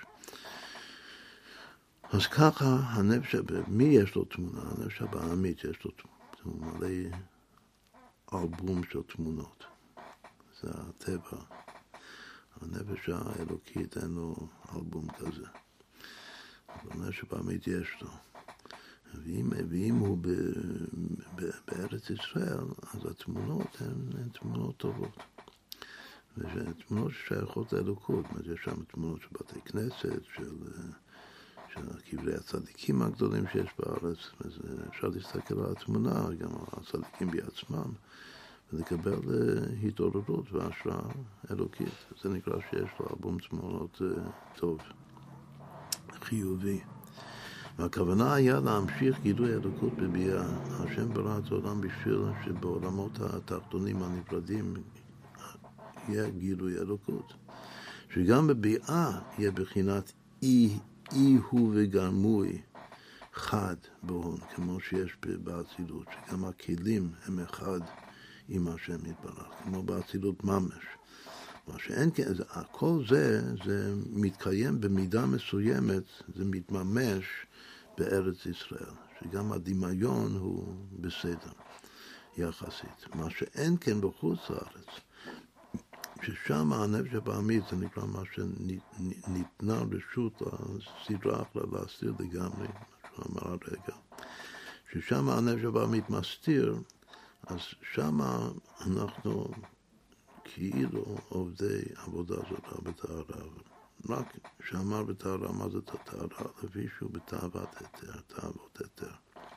אז ככה הנפש, מי יש לו תמונה? הנפש הבאמית יש לו תמונה, מלא אלבום של תמונות. זה הטבע. הנפש האלוקית אין לו אלבום כזה. הנפש הבאמית יש לו. ואם, ואם הוא ב, ב, בארץ ישראל, אז התמונות הן, הן תמונות טובות. ותמונות ששייכות לאלוקות. יש שם תמונות של בתי כנסת, של, של קברי הצדיקים הגדולים שיש בארץ. אז אפשר להסתכל על התמונה, גם על הצדיקים בעצמם, ולקבל התעוררות והשראה אלוקית. זה נקרא שיש לו אלבום תמונות טוב, חיובי. והכוונה היה להמשיך גילוי אלוקות בביאה. השם ברא את העולם בשביל שבעולמות התחתונים הנפרדים יהיה גילוי אלוקות. שגם בביאה יהיה בחינת אי, אי הוא וגרמוי חד בהון, כמו שיש באצילות, שגם הכלים הם אחד עם השם יתברך, כמו באצילות ממש. מה שאין כן, כל זה, זה מתקיים במידה מסוימת, זה מתממש בארץ ישראל, שגם הדמיון הוא בסדר יחסית. מה שאין כן בחוץ לארץ, ששם הנפש הבאמית, זה נקרא מה שניתנה רשות לסדרה אחלה להסתיר לגמרי, מה שהוא אמר הרגע, ששם הנפש הבאמית מסתיר, אז שם אנחנו כאילו עובדי עבודה זאת בטהרה. רק שאמר בטהרה, מה זאת הטהרה? לפי שהוא בתאוות היתר, תאוות היתר.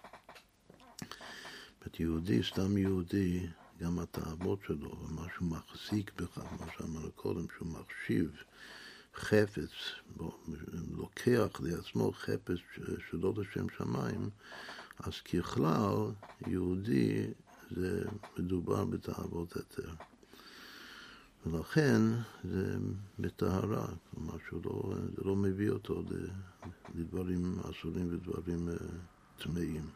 בית יהודי, סתם יהודי, גם התאוות שלו, ומה שהוא מחזיק בכך, מה שאמר קודם, שהוא מחשיב חפץ, לוקח לעצמו חפץ שלא לשם שמיים, אז ככלל, יהודי זה מדובר בתאוות היתר. ולכן זה בטהרה, כלומר שלא, זה לא מביא אותו לדברים אסורים ודברים טמאים.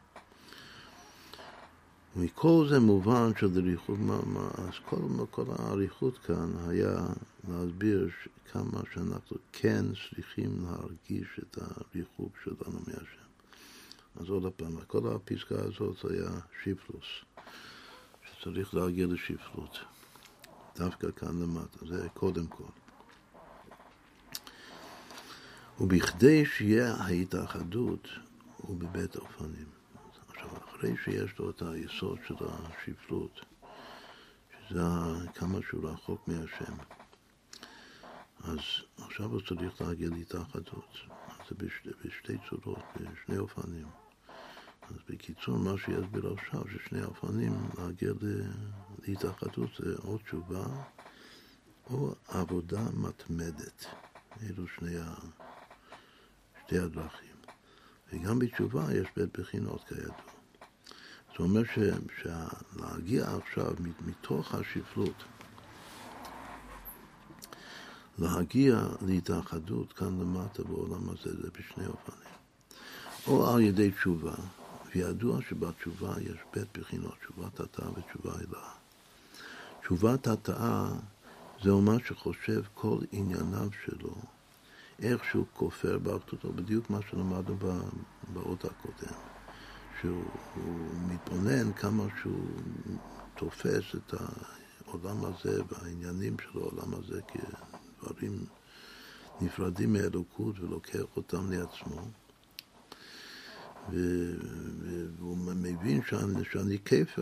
מכל זה מובן שלריחות, אז כל, כל העריכות כאן היה להסביר כמה שאנחנו כן צריכים להרגיש את הריחוק שלנו מהשם. אז עוד הפעם, כל הפסקה הזאת היה שיפלוס, שצריך להגיע לשפלות. דווקא כאן למטה, זה קודם כל. ובכדי שיהיה ההתאחדות, הוא בבית האופנים. עכשיו, אחרי שיש לו את היסוד של השפלות, שזה כמה שהוא רחוק מהשם, אז עכשיו הוא צריך להגיע להתאחדות. זה בשתי, בשתי צורות, בשני אופנים. אז בקיצור, מה שיסביר עכשיו, ששני האופנים להגיע להתאחדות זה או תשובה או עבודה מתמדת. אלו שני ה... שתי הדרכים. וגם בתשובה יש בית בחינות כידוע. זאת אומרת ש... שלהגיע עכשיו מתוך השפלות, להגיע להתאחדות כאן למטה בעולם הזה, זה בשני אופנים. או על ידי תשובה, וידוע שבתשובה יש בית בחינות, תשובת התאה ותשובה אלוה. תשובת התאה זה מה שחושב כל ענייניו שלו, איך שהוא כופר באחדותו, בדיוק מה שלמדנו באות הקודם, שהוא מתבונן כמה שהוא תופס את העולם הזה והעניינים של העולם הזה כדברים נפרדים מאלוקות ולוקח אותם לעצמו, והוא מבין שאני, שאני כפר,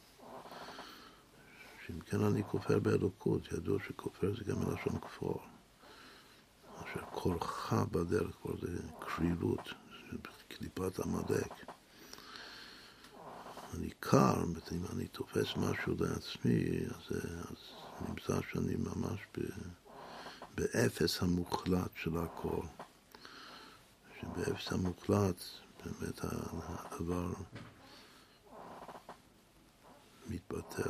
שאם כן אני כופר באלוקות, ידוע שכופר זה גם מלשון כפור, אשר כורחה בדרך, כבר זה קרירות, קליפת עמלק. אני קר, אם אני תופס משהו לעצמי, אז, אז נמצא שאני ממש ב, באפס המוחלט של הכל. שבאפס המוחלט באמת הדבר מתבטל.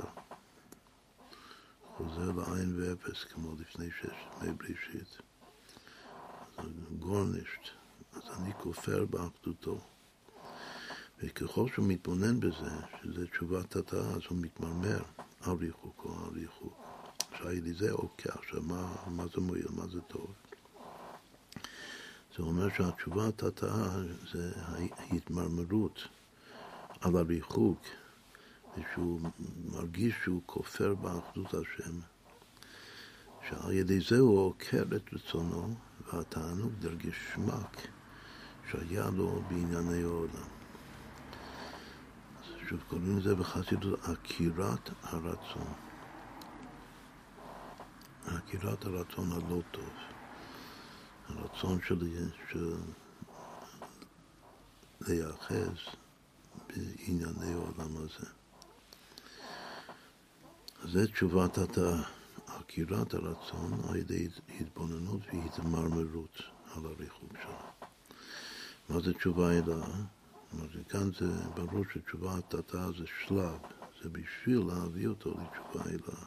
חוזר לעין ואפס כמו לפני שש ימי בראשית. אז גורנישט, אז אני כופר באחדותו. וככל שהוא מתבונן בזה, שזה תשובת התאה, אז הוא מתמרמר על ריחוקו, על ריחוק. שהיה לי זה אוקיי, עכשיו מה, מה זה מועיל, מה זה טוב? זה אומר שהתשובת התאה זה ההתמרמרות על הריחוק, ושהוא מרגיש שהוא כופר באחדות השם, שעל ידי זה הוא עוקר את רצונו, והתענוג דרגש שמק שהיה לו בענייני העולם. שוב קוראים לזה בחסידות עקירת הרצון. עקירת הרצון הלא טוב. הרצון שלי של להיאחז בענייני העולם הזה. זה תשובת התא, עקירת הרצון על ידי התבוננות והתמרמרות על הריחוק שלו. מה זה תשובה אליה? כאן זה ברור שתשובת התא זה שלב, זה בשביל להביא אותו לתשובה אליה.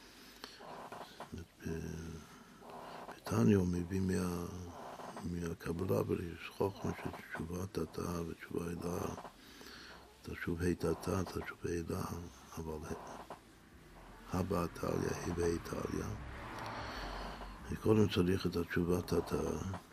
בתניא הוא מביא מה, מהקבלה ויש חוכמה של תשובת התא ותשובה אליה, תשוב היתתה, תשוב אליה, אבל הבא תליה, היבה תליה. קודם צריך את התשובת התא,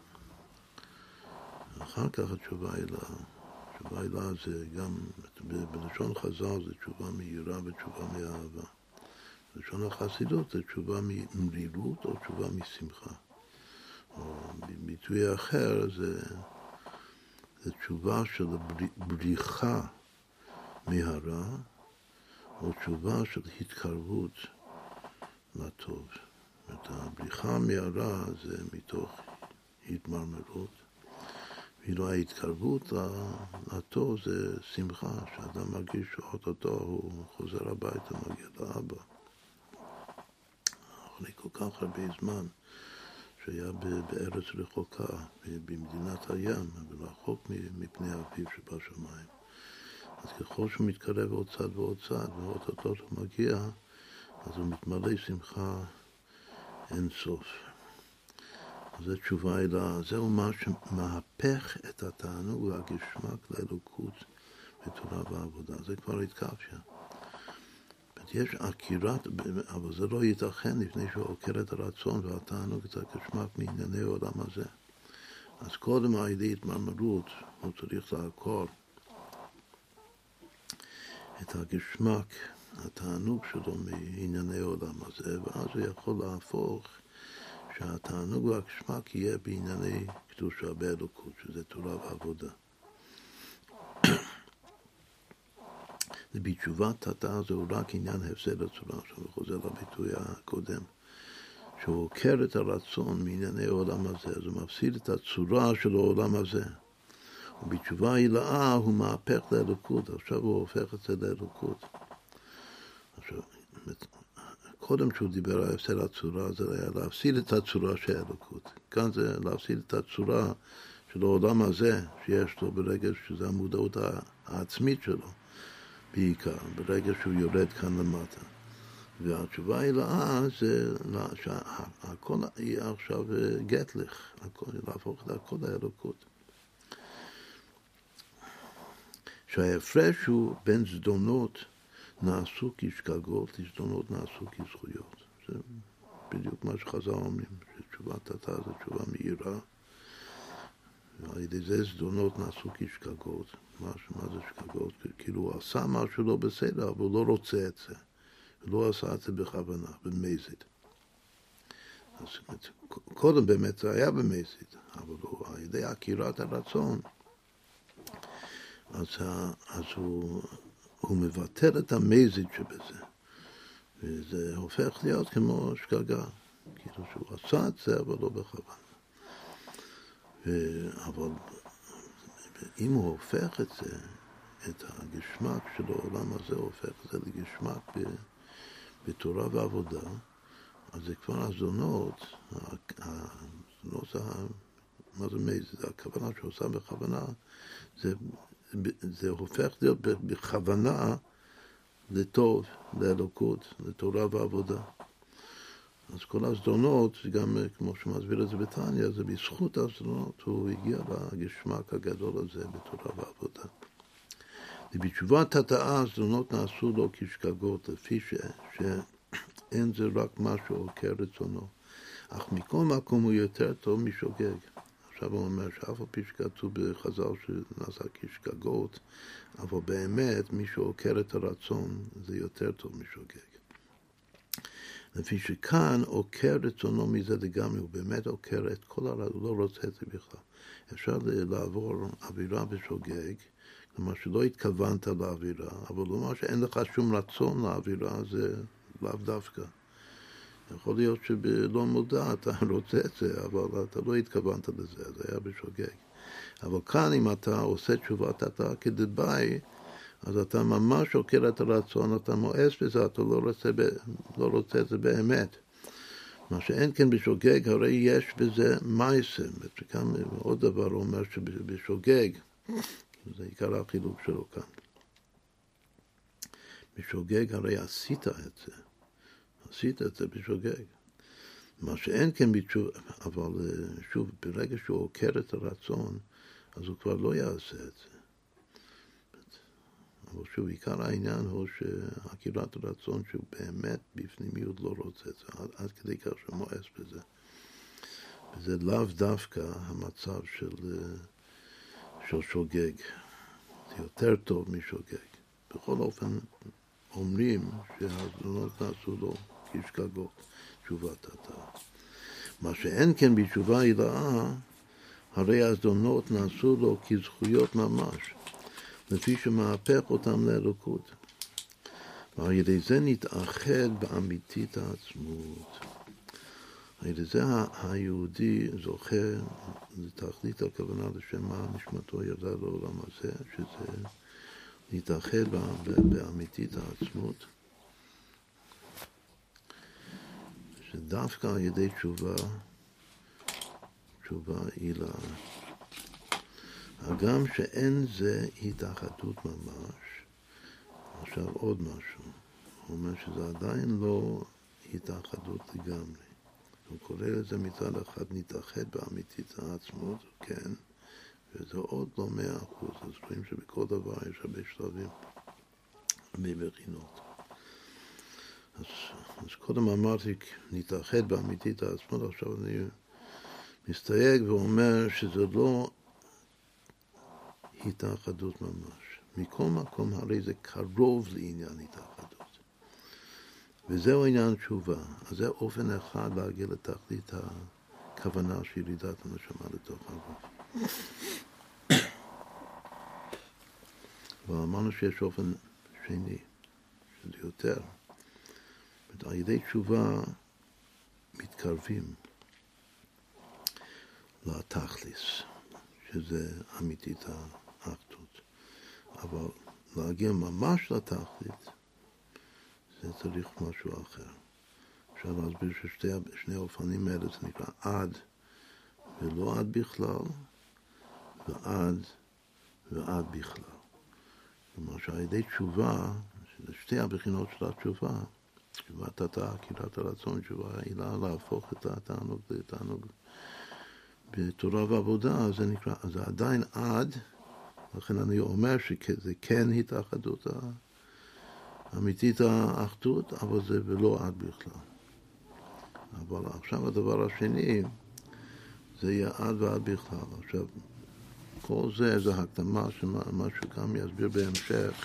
אחר כך התשובה אליה. תשובה אליה זה גם, בלשון חז"ל זה תשובה מהירה ותשובה מאהבה. בלשון החסידות זה תשובה ממרירות או תשובה משמחה. או ביטוי אחר זה, זה תשובה של בריחה מהרע, או תשובה של התקרבות לטוב. זאת אומרת, הבריחה מהרע זה מתוך התמרמרות, ואילו ההתקרבות לטוב זה שמחה, שאדם מרגיש שאו-טו-טו הוא חוזר הביתה, מגיע לאבא. אחרי כל כך הרבה זמן שהיה בארץ רחוקה, במדינת הים, ורחוק מפני אביו שבשמיים. אז ככל שהוא מתקרב עוד צד ועוד צד, ואו-טו-טו הוא מגיע, אז הוא מתמלא שמחה אין סוף. זו תשובה אליה, זהו מה שמהפך את התענוג והגשמק לאלוקות בתורה ועבודה. זה כבר התקפיה. יש עקירת, אבל זה לא ייתכן לפני שהוא עוקר את הרצון והתענוג את הגשמק מענייני העולם הזה. אז קודם על ידי התמרמרות הוא צריך לעקור את הגשמק, התענוג שלו מענייני העולם הזה, ואז הוא יכול להפוך שהתענוג והגשמק יהיה בענייני קדושה באלוקות, שזה תורה ועבודה. בתשובת התא זהו רק עניין הפסד הצורה, עכשיו חוזר לביטוי הקודם, שהוא עוקר את הרצון מענייני העולם הזה, אז הוא מפסיד את הצורה של העולם הזה. ובתשובה הילאה הוא מהפך לאלוקות, עכשיו הוא הופך את זה לאלוקות. עכשיו, קודם שהוא דיבר על הפסד הצורה, זה היה להפסיד את הצורה של האלוקות. כאן זה להפסיד את הצורה של העולם הזה, שיש לו ברגע שזה המודעות העצמית שלו, בעיקר, ברגע שהוא יורד כאן למטה. והתשובה הילאה זה שהכל יהיה עכשיו גטלך, להפוך את הכל לאלוקות. שההפרש הוא בין זדונות נעשו כשגגות, לזדונות נעשו כזכויות. זה בדיוק מה שחז"ל אומרים, שתשובת התא זה תשובה מהירה, ועל ידי זה זדונות נעשו כשגגות. מה, מה זה שגגות? כאילו הוא עשה משהו לא בסדר, אבל הוא לא רוצה את זה. הוא לא עשה את זה בכוונה, במזיד. אז קודם באמת זה היה במזיד, אבל הוא, על ידי עקירת הרצון, אז, אז הוא, הוא מבטל את המזיד שבזה. וזה הופך להיות כמו שגגה. כאילו שהוא עשה את זה, אבל לא בכוונה. ו... אבל אם הוא הופך את זה, את הגשמק של העולם הזה, הופך את זה לגשמק ב... בתורה ועבודה, אז זה כבר הזונות, הזונות זה, מה זה מי? זה הכוונה שעושה בכוונה, זה, זה הופך להיות בכוונה לטוב, לאלוקות, לתורה ועבודה. אז כל הזדונות, גם כמו שמסביר את זה בתניא, זה בזכות הזדונות, הוא הגיע לגשמק הגדול הזה בתורה ועבודה. ובתשובת התאה, הזדונות נעשו לו כשגגות, לפי ש... שאין זה רק מה שעוקר רצונו. אך מכל מקום הוא יותר טוב משוגג. עכשיו הוא אומר שאף על פי שכתוב בחז"ל שנעשה כשגגות, אבל באמת מי שעוקר את הרצון זה יותר טוב משוגג. לפי שכאן עוקר רצונו מזה לגמרי, הוא באמת עוקר את כל הרצון, הוא לא רוצה את זה בכלל. אפשר לעבור אווירה בשוגג, כלומר שלא התכוונת לאווירה, אבל לומר שאין לך שום רצון לאווירה, זה לאו דווקא. יכול להיות שבלא מודע אתה רוצה את זה, אבל אתה לא התכוונת לזה, זה היה בשוגג. אבל כאן אם אתה עושה תשובת אתה כדבעי, אז אתה ממש עוקר את הרצון, אתה מואס בזה, אתה לא רוצה, לא רוצה את זה באמת. מה שאין כן בשוגג, הרי יש בזה מייסם. וכאן עוד דבר הוא אומר שבשוגג, זה עיקר החילוק שלו כאן. בשוגג הרי עשית את זה. עשית את זה בשוגג. מה שאין כן בתשוב, אבל שוב, ברגע שהוא עוקר את הרצון, אז הוא כבר לא יעשה את זה. אבל שוב, עיקר העניין הוא שעקירת הרצון שהוא באמת בפנימיות לא רוצה את זה, עד, עד כדי כך שמואס בזה. וזה לאו דווקא המצב של, של שוגג. זה יותר טוב משוגג. בכל אופן, אומרים שהזדונות נעשו לו כשגגות, תשובת התאה. מה שאין כן בתשובה הילאה, הרי הזדונות נעשו לו כזכויות ממש. לפי שמהפך אותם לאלוקות. ועל ידי זה נתאחד באמיתית העצמות. על ידי זה היהודי זוכה לתכלית הכוונה לשם מה נשמתו ירדה לעולם הזה, שזה נתאחד באמיתית העצמות. שדווקא על ידי תשובה, תשובה עילה. הגם שאין זה התאחדות ממש, עכשיו עוד משהו, הוא אומר שזה עדיין לא התאחדות לגמרי. הוא קורא לזה מצד אחד נתאחד באמיתית העצמות, כן, וזה עוד לא מאה אחוז, אז רואים שבכל דבר יש הרבה שלבים מבחינות. אז, אז קודם אמרתי נתאחד באמיתית העצמות, עכשיו אני מסתייג ואומר שזה לא התאחדות ממש. מכל מקום הרי זה קרוב לעניין התאחדות. וזהו עניין תשובה. אז זה אופן אחד להגיע לתכלית הכוונה של ירידת הנשמה לתוך הגוף. אבל אמרנו שיש אופן שני, שזה יותר. על ידי תשובה מתקרבים לתכליס, שזה אמיתית האחדות. אבל להגיע ממש לתכלית, זה צריך משהו אחר. אפשר להסביר ששני האופנים האלה זה נקרא עד ולא עד בכלל, ועד ועד בכלל. כלומר שעל ידי תשובה, שזה שתי הבחינות של התשובה, תשובת התאה, עקירת הרצון, תשובה עילה להפוך את התענוג לתענוג בתורה ועבודה, זה נקרא, זה עדיין עד, לכן אני אומר שזה כן התאחדות האמיתית האחדות, אבל זה ולא עד בכלל. אבל עכשיו הדבר השני, זה יהיה עד ועד בכלל. עכשיו, כל זה זה הקדמה שמה שגם יסביר בהמשך,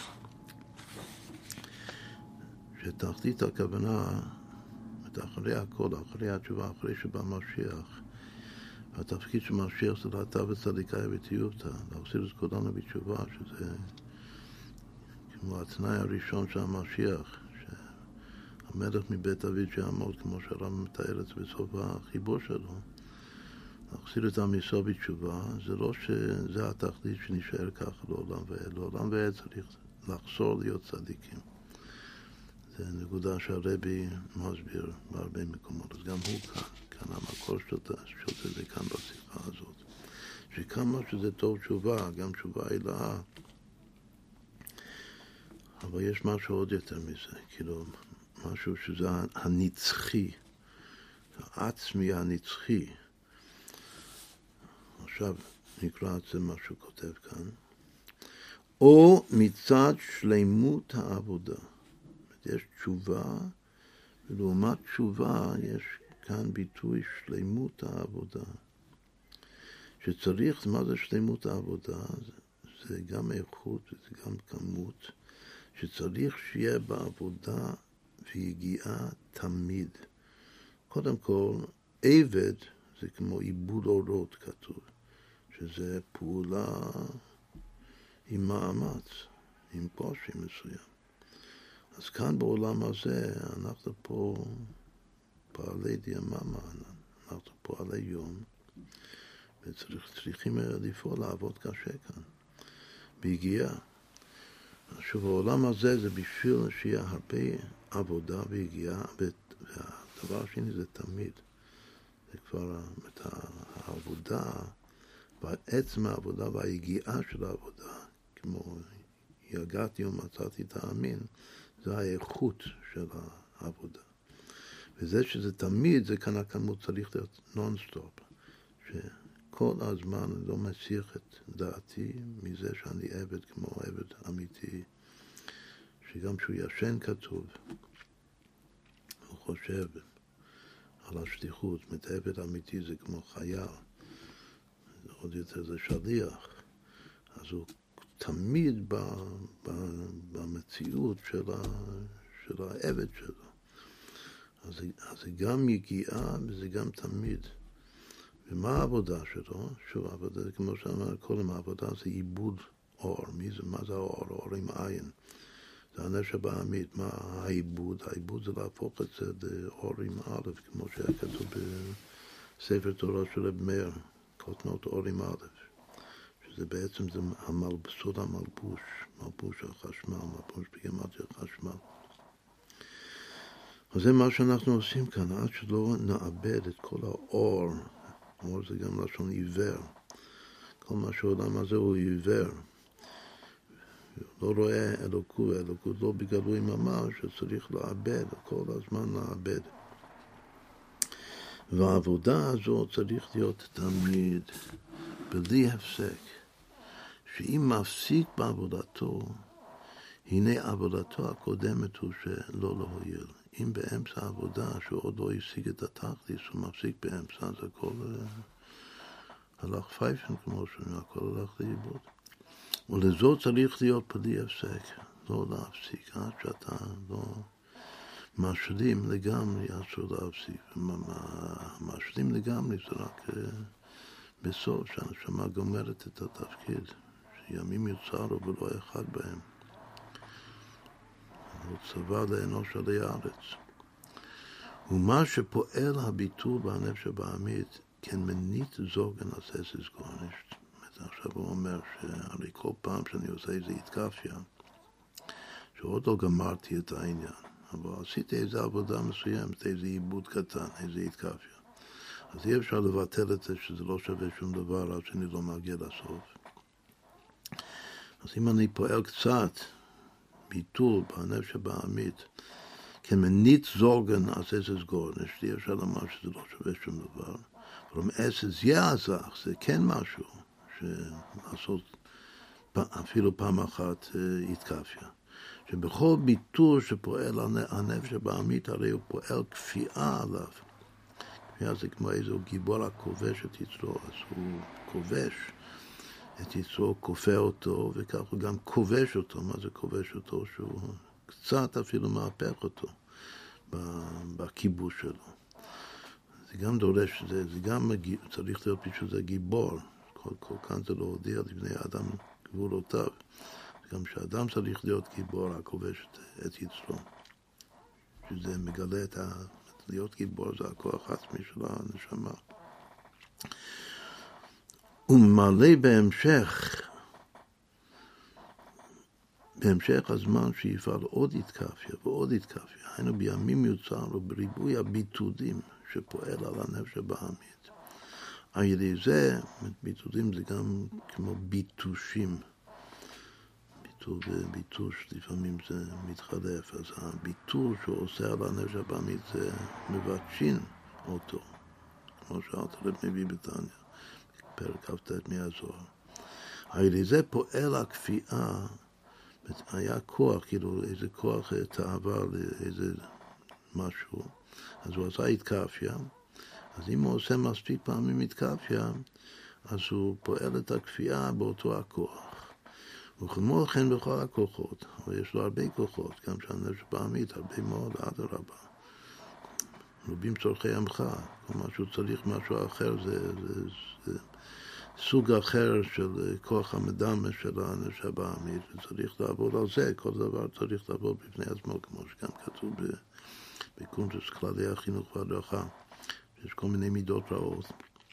שתחתית הכוונה, אחרי הכל, אחרי התשובה, אחרי שבא משיח, התפקיד של משיח זה להטה וצדיקה וטיובתא, להחזיר את כולנו בתשובה, שזה כמו התנאי הראשון של המשיח, שהמלך מבית דוד שיעמוד, כמו שהרמב"ם מתאר את זה בסוף החיבור שלו, להחזיר את עם ישראל בתשובה, זה לא שזה התכלית שנשאר ככה לעולם ועד, לעולם ועד צריך לחזור להיות צדיקים. זה נקודה שהרבי מסביר בהרבה מקומות, אז גם הוא כאן, כאן המקור שותה, שותה זה כאן בשיחה הזאת. שכמה שזה טוב תשובה, גם תשובה הילאה, אבל יש משהו עוד יותר מזה, כאילו, משהו שזה הנצחי, העצמי הנצחי. עכשיו נקרא את זה מה שהוא כותב כאן. או מצד שלמות העבודה. יש תשובה, ולעומת תשובה יש כאן ביטוי שלמות העבודה. שצריך, מה זה שלמות העבודה? זה, זה גם איכות וזה גם כמות. שצריך שיהיה בעבודה ויגיעה תמיד. קודם כל, עבד זה כמו עיבוד אורות כתוב, שזה פעולה עם מאמץ, עם קושי מסוים. אז כאן בעולם הזה אנחנו פה פעלי דיממה, אנחנו פועלי יום, וצריכים לפעול לעבוד קשה כאן, בהגיעה. עכשיו העולם הזה זה בשביל שיהיה הרבה עבודה והגיעה, והדבר השני זה תמיד. זה כבר העבודה, בעצם העבודה וההגיעה של העבודה, כמו יגעתי ומצאתי תאמין, זה האיכות של העבודה. וזה שזה תמיד, זה כאן הכמות צריך להיות נונסטופ, שכל הזמן אני לא מסיח את דעתי מזה שאני עבד כמו עבד אמיתי, שגם שהוא ישן כתוב, הוא חושב על השליחות, עבד אמיתי זה כמו חייל, עוד יותר זה שליח, אז הוא תמיד ב, ב, במציאות של, ה, של העבד שלו. אז, אז זה גם יגיעה וזה גם תמיד. ומה העבודה שלו? שוב, העבודה זה כמו שאמר קודם, העבודה זה עיבוד אור. מי זה, מה זה האור? אור עם עין. זה הנפש בעמית. מה העיבוד? העיבוד זה להפוך את זה לאור עם א', כמו שהיה כתוב בספר תורה של רב מאיר, כותנות אור עם א'. זה בעצם זה המלבסות המלבוש, מלבוש החשמל, מלבוש בגימטריה החשמל. אז זה מה שאנחנו עושים כאן, עד שלא נאבד את כל האור, אור זה גם לשון עיוור. כל מה שהעולם הזה הוא עיוור. לא רואה אלוקות, אלוקות לא בגלוי ממש, שצריך לאבד, כל הזמן לאבד. והעבודה הזו צריך להיות תמיד, בלי הפסק. שאם מפסיק בעבודתו, הנה עבודתו הקודמת הוא שלא להועיל. אם באמצע העבודה, שהוא עוד לא השיג את התכלית, הוא מפסיק באמצע, אז הכל הלך פייפן, כמו שהכל הלך לאיבוד. ולזאת צריך להיות בלי הפסק, לא להפסיק, עד שאתה לא משלים לגמרי, אסור להפסיק. משלים לגמרי זה רק בסוף, שהנשמה גומרת את התפקיד, שימים יוצרו ולא אחד בהם. הוא צבא לאנוש עלי הארץ. ומה שפועל הביטול בנפש הבעמית, כן מנית זוגן הססס גורנישט. עכשיו הוא אומר שהרי כל פעם שאני עושה איזו התקפיה, שעוד לא גמרתי את העניין, אבל עשיתי איזו עבודה מסוימת, איזה עיבוד קטן, איזו התקפיה. אז אי אפשר לבטל את זה שזה לא שווה שום דבר עד שאני לא מגיע לסוף. אז אם אני פועל קצת ביטול בנפש הבעמית, כמנית זורגן אסס גורניש, אי אפשר לומר שזה לא שווה שום דבר. אבל אסס יעזח, זה כן משהו, לעשות אפילו פעם אחת התקפיה. שבכל ביטול שפועל הנפש הבעמית, הרי הוא פועל כפייה עליו. כפייה זה כמו איזו גיבור הכובש את יצרו, אז הוא כובש את יצרו, כופה אותו, וכך הוא גם כובש אותו. מה זה כובש אותו? שהוא קצת אפילו מהפך אותו בכיבוש שלו. זה גם דורש, זה, זה גם צריך להיות בשביל זה גיבור. כל, כל כאן זה להודיע לבני האדם גבולותיו. גם שאדם צריך להיות גיבור, הכובש את, את יצרו. שזה מגלה את ה... להיות גיבור זה הכוח העצמי של הנשמה. וממלא בהמשך, בהמשך הזמן שיפעל עוד התקפיה ועוד התקפיה, היינו בימים יוצר ובריבוי הביטודים שפועל על הנפש הבעמית. על ידי זה, ביטודים זה גם כמו ביטושים. ביטול וביטוש, לפעמים זה מתחלף, אז הביטול שהוא עושה על הנפש הבעמית זה מבטשין אותו, כמו שאלת רב מביא בתניא. פרק כ"ט מהזוהר. על ידי זה פועל הכפייה, היה כוח, כאילו איזה כוח תאווה לאיזה משהו, אז הוא עשה התקפיה, אז אם הוא עושה מספיק פעמים התקפיה, אז הוא פועל את הכפייה באותו הכוח. וכמו כן בכל הכוחות, אבל יש לו הרבה כוחות, גם שהנפש בעמית, הרבה מאוד, אדרבה. רבים צורכי עמך, כל מה שהוא צריך משהו אחר, זה... זה, זה סוג אחר של כוח המדמה של הנפש הבעמית, וצריך לעבוד על זה, כל דבר צריך לעבוד בפני עצמו, כמו שגם כתוב בקונטרס כללי החינוך והדרכה, יש כל מיני מידות רעות,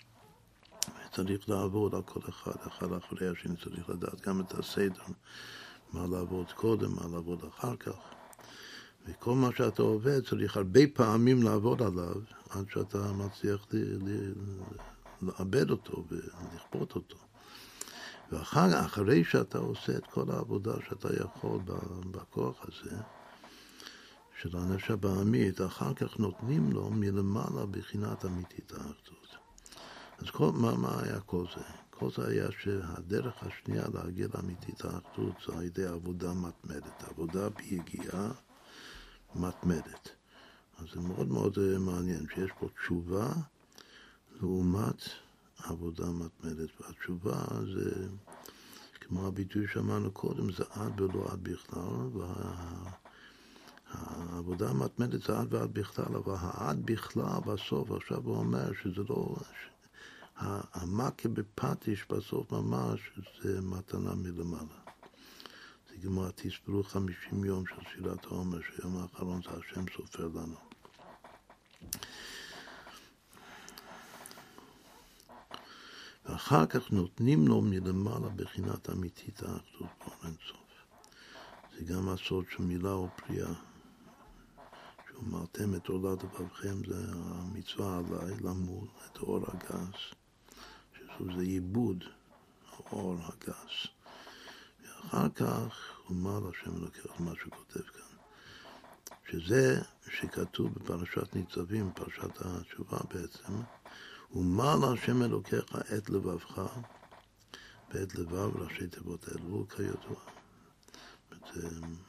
וצריך לעבוד על כל אחד, אחד אחרי השני, צריך לדעת גם את הסדר, מה לעבוד קודם, מה לעבוד אחר כך, וכל מה שאתה עובד צריך הרבה פעמים לעבוד עליו, עד שאתה מצליח ל... ל... לאבד אותו ולכפות אותו. ואחר, אחרי שאתה עושה את כל העבודה שאתה יכול בכוח הזה, של הנפש הבעמית, אחר כך נותנים לו מלמעלה בחינת אמיתית האחדות. אז כל, מה, מה היה כל זה? כל זה היה שהדרך השנייה להגיע לאמיתית האחדות זה על ידי עבודה מתמדת. עבודה ביגיעה מתמדת. אז זה מאוד מאוד מעניין שיש פה תשובה לעומת עבודה מתמדת. והתשובה זה, כמו הביטוי שאמרנו קודם, זה עד ולא עד בכלל, והעבודה המתמדת זה עד ועד בכלל, אבל העד בכלל בסוף, עכשיו הוא אומר שזה לא, המכה בפטיש בסוף ממש זה מתנה מלמעלה. זה כמו תספרו חמישים יום של תפילת העומר, שיום האחרון זה השם סופר לנו. ואחר כך נותנים לו מלמעלה בחינת אמיתית האחדות באור סוף. זה גם הסוד של מילה ופריאה. שאומרתם את עולת לבבכם, זה המצווה עליי למול את האור הגס. שזה עיבוד האור הגס. ואחר כך הוא אומר לשם אלוקיך מה שכותב כאן. שזה שכתוב בפרשת ניצבים, פרשת התשובה בעצם, ומה להשם אלוקיך את לבבך, ואת לבב ראשי תיבות אלול כידוע. זה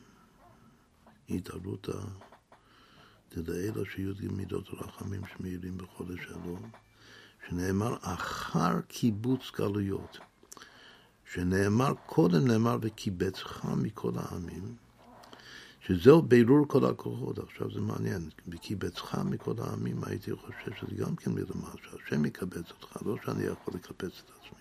התעלותא דלעילא שי"ג מידות רחמים שמאירים בחודש אלול, שנאמר אחר קיבוץ גלויות, שנאמר קודם נאמר וקיבצך מכל העמים, שזהו בירור כל הכוחות. עכשיו זה מעניין, וקיבצך מכל העמים, הייתי חושב שזה גם כן מלמעלה, שהשם יקבץ אותך, לא שאני יכול לקבץ את עצמי.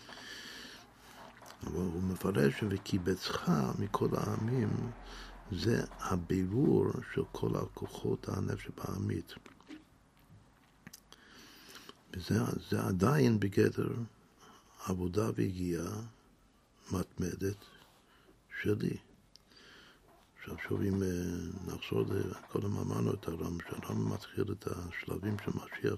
אבל הוא מפרש ש"וקיבצך מכל העמים" זה הבירור של כל הכוחות הנפש הבעמית. וזה זה עדיין בגדר עבודה והגיעה מתמדת שלי. עכשיו שוב אם נחזור, קודם אמרנו את הרם, שהרם מתחיל את השלבים של משיח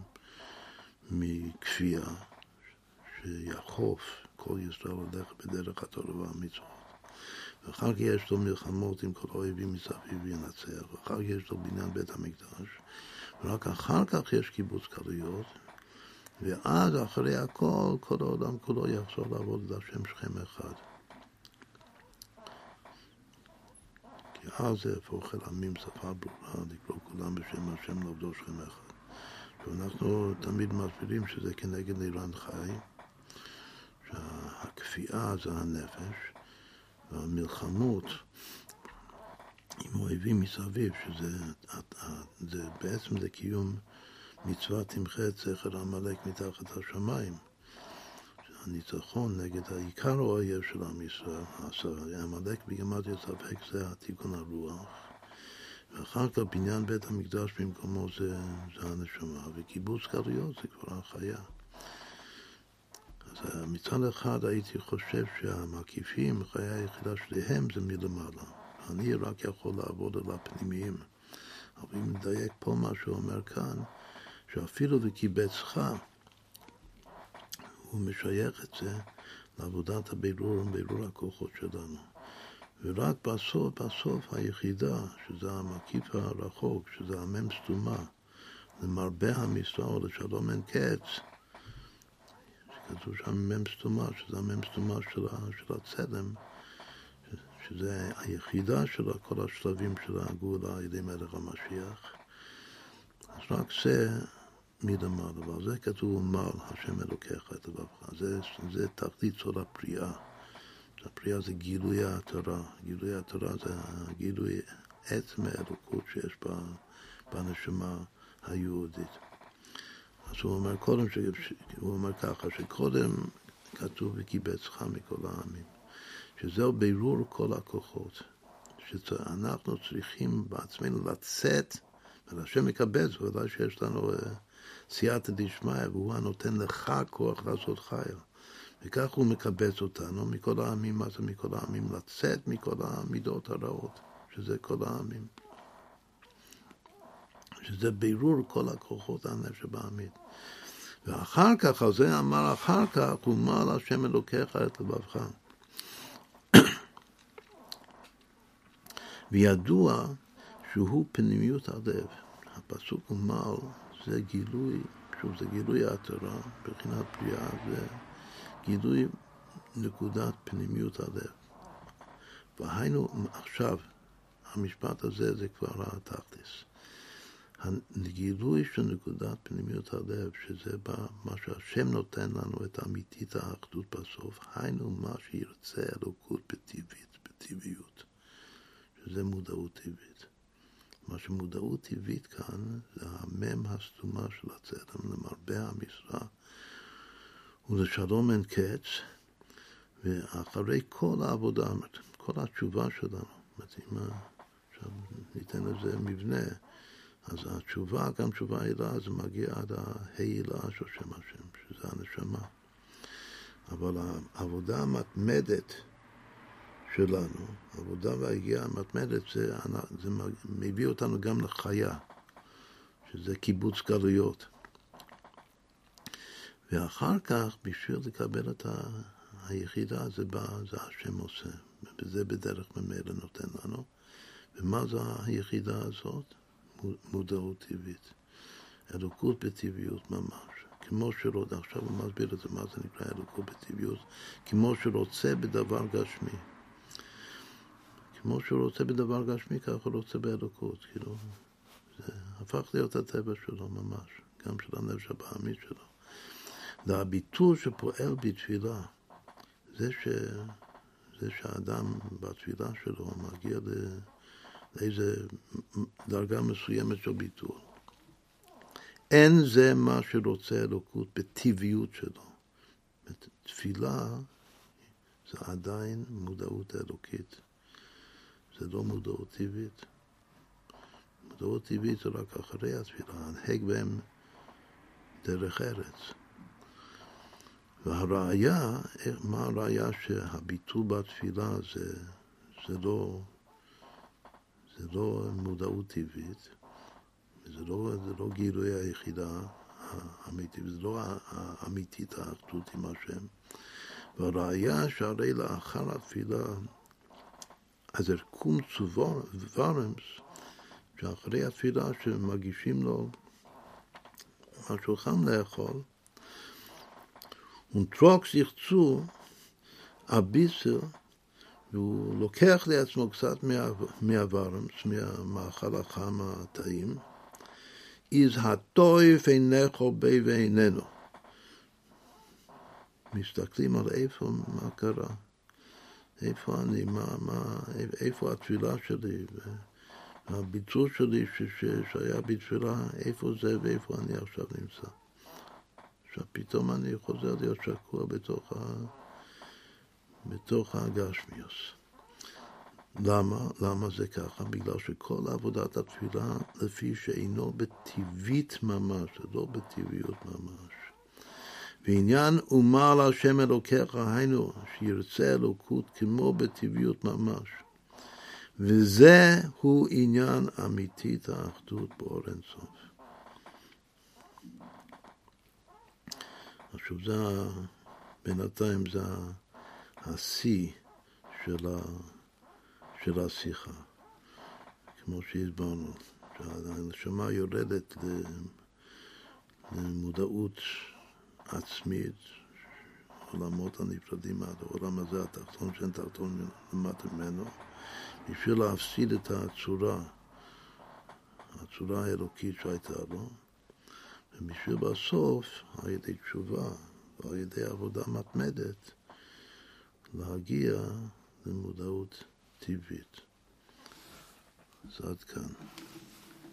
מכפייה, שיחוף כל ישראל הולך בדרך התורה והמצוות. ואחר כך יש לו מלחמות עם כל האויבים מסביב וינצח, ואחר כך יש לו בניין בית המקדש, ורק אחר כך יש קיבוץ גלויות, ואז אחרי הכל, כל העולם כולו יחזור לעבוד את השם שכם אחד. כי אז זה הפוך אל עמים שפה ברורה, לקרוא כולם בשם השם לעבדו שכם אחד. ואנחנו תמיד מסבירים שזה כנגד איראן חי, הכפייה זה הנפש, והמלחמות עם אויבים מסביב, שזה זה, בעצם זה קיום מצוות תמחה את זכר עמלק מתחת השמיים. הניצחון נגד העיקר האויב של עם ישראל, עמלק בגימטריה ספק זה התיקון הרוח, ואחר כך בניין בית המקדש במקומו זה, זה הנשמה, וקיבוץ גלויות זה כבר החיה. אז מצד אחד הייתי חושב שהמקיפים, חיי היחידה שלהם זה מלמעלה. אני רק יכול לעבוד על הפנימיים. אבל אם נדייק פה מה שהוא אומר כאן, שאפילו וקיבצך, הוא משייך את זה לעבודת הבירור ובירור הכוחות שלנו. ורק בסוף, בסוף היחידה, שזה המקיף הרחוק, שזה המם סתומה, למרבה המשרה לשלום אין קץ, שכתוב שם מם סתומה, שזה המם סתומה של, של הצלם, שזה היחידה של כל השלבים של הגאולה על ידי מלך המשיח. אז רק זה מלמעלה, ועל זה כתוב מל השם אלוקיך את לבבך. זה, זה תכלית סוד הפריאה. הפריאה זה גילוי התורה. גילוי התורה זה גילוי עצם האלוקות שיש בה, בנשמה היהודית. אז הוא אומר קודם, ש... הוא אומר ככה, שקודם כתוב וקיבצך מכל העמים. שזהו בירור כל הכוחות. שאנחנו צריכים בעצמנו לצאת, ולשם מקבץ, ודאי שיש לנו סייעתא דשמיא, והוא הנותן לך כוח לעשות חיל. וכך הוא מקבץ אותנו מכל העמים. מה זה מכל העמים? לצאת מכל המידות הרעות, שזה כל העמים. שזה בירור כל הכוחות הנפש שבעמית. ואחר כך, על זה אמר אחר כך, ומל השם אלוקיך את לבבך. וידוע שהוא פנימיות הלב. הפסוק ומל זה גילוי, שוב זה גילוי התורה, בחינת פריאה, זה גילוי נקודת פנימיות הלב. והיינו עכשיו, המשפט הזה זה כבר התכלס. הגילוי של נקודת פנימיות הלב, שזה מה שהשם נותן לנו את האמיתית האחדות בסוף, היינו מה שירצה אלוקות בטבעית, בטבעיות. שזה מודעות טבעית. מה שמודעות טבעית כאן זה המם הסתומה של הצלם למרבה המשרה ולשלום אין קץ, ואחרי כל העבודה, כל התשובה שלנו, עכשיו ניתן לזה מבנה, אז התשובה, גם תשובה הילה, זה מגיע עד ההילה של שם השם, שזה הנשמה. אבל העבודה המתמדת שלנו, העבודה וההגיעה המתמדת, זה, זה מביא אותנו גם לחיה, שזה קיבוץ גלויות. ואחר כך, בשביל לקבל את היחידה, זה בא, זה השם עושה, וזה בדרך ממילא נותן לנו. ומה זה היחידה הזאת? מודעות טבעית. אלוקות בטבעיות ממש. כמו שרוצה, עכשיו הוא מסביר את זה, מה זה נקרא אלוקות בטבעיות, כמו שרוצה בדבר גשמי. כמו שהוא רוצה בדבר גשמי, כך הוא רוצה באלוקות, כאילו, זה הפך להיות הטבע שלו ממש, גם של הנפש הבעמית שלו. זה הביטול שפועל בתפילה, זה, ש... זה שהאדם בתפילה שלו מגיע לאיזה דרגה מסוימת של ביטול. אין זה מה שרוצה אלוקות בטבעיות שלו. תפילה זה עדיין מודעות אלוקית. זה לא מודעות טבעית. מודעות טבעית זה רק אחרי התפילה, הנהג בהם דרך ארץ. והראיה, מה הראיה שהביטול בתפילה זה, זה לא, זה לא מודעות טבעית, זה לא, זה לא גילוי היחידה האמיתית, זה לא האמיתית האחדות עם השם. והראיה שהרי לאחר התפילה, אז קום צווארמס, שאחרי התפילה שמגישים לו משהו חם לאכול, ונטרוק זיכצו הביסר, והוא לוקח לעצמו קצת מהוורמס, מהמאכל החם הטעים, איז הטויף אינך בי ואיננו. מסתכלים על איפה, מה קרה, איפה אני, מה, מה, איפה התפילה שלי, והביצוע שלי ש, ש, שהיה בתפילה, איפה זה ואיפה אני עכשיו נמצא. עכשיו פתאום אני חוזר להיות שקוע בתוך, ה, בתוך הגשמיוס. למה? למה זה ככה? בגלל שכל עבודת התפילה לפי שאינו בטבעית ממש, זה לא בטבעיות ממש. ועניין אומר להשם אלוקיך, היינו שירצה אלוקות כמו בטבעיות ממש. וזה הוא עניין אמיתית האחדות באור אין סוף. עכשיו זה, בינתיים זה השיא של ה... של השיחה, כמו שהסברנו, שהנשמה יורדת למודעות עצמית, עולמות הנפרדים עד העולם הזה, התחתון שאין תחתון למטה ממנו, בשביל להפסיד את הצורה, הצורה האלוקית שהייתה לו, ובשביל בסוף, על ידי תשובה, ועל ידי עבודה מתמדת, להגיע למודעות טבעית. אז עד כאן.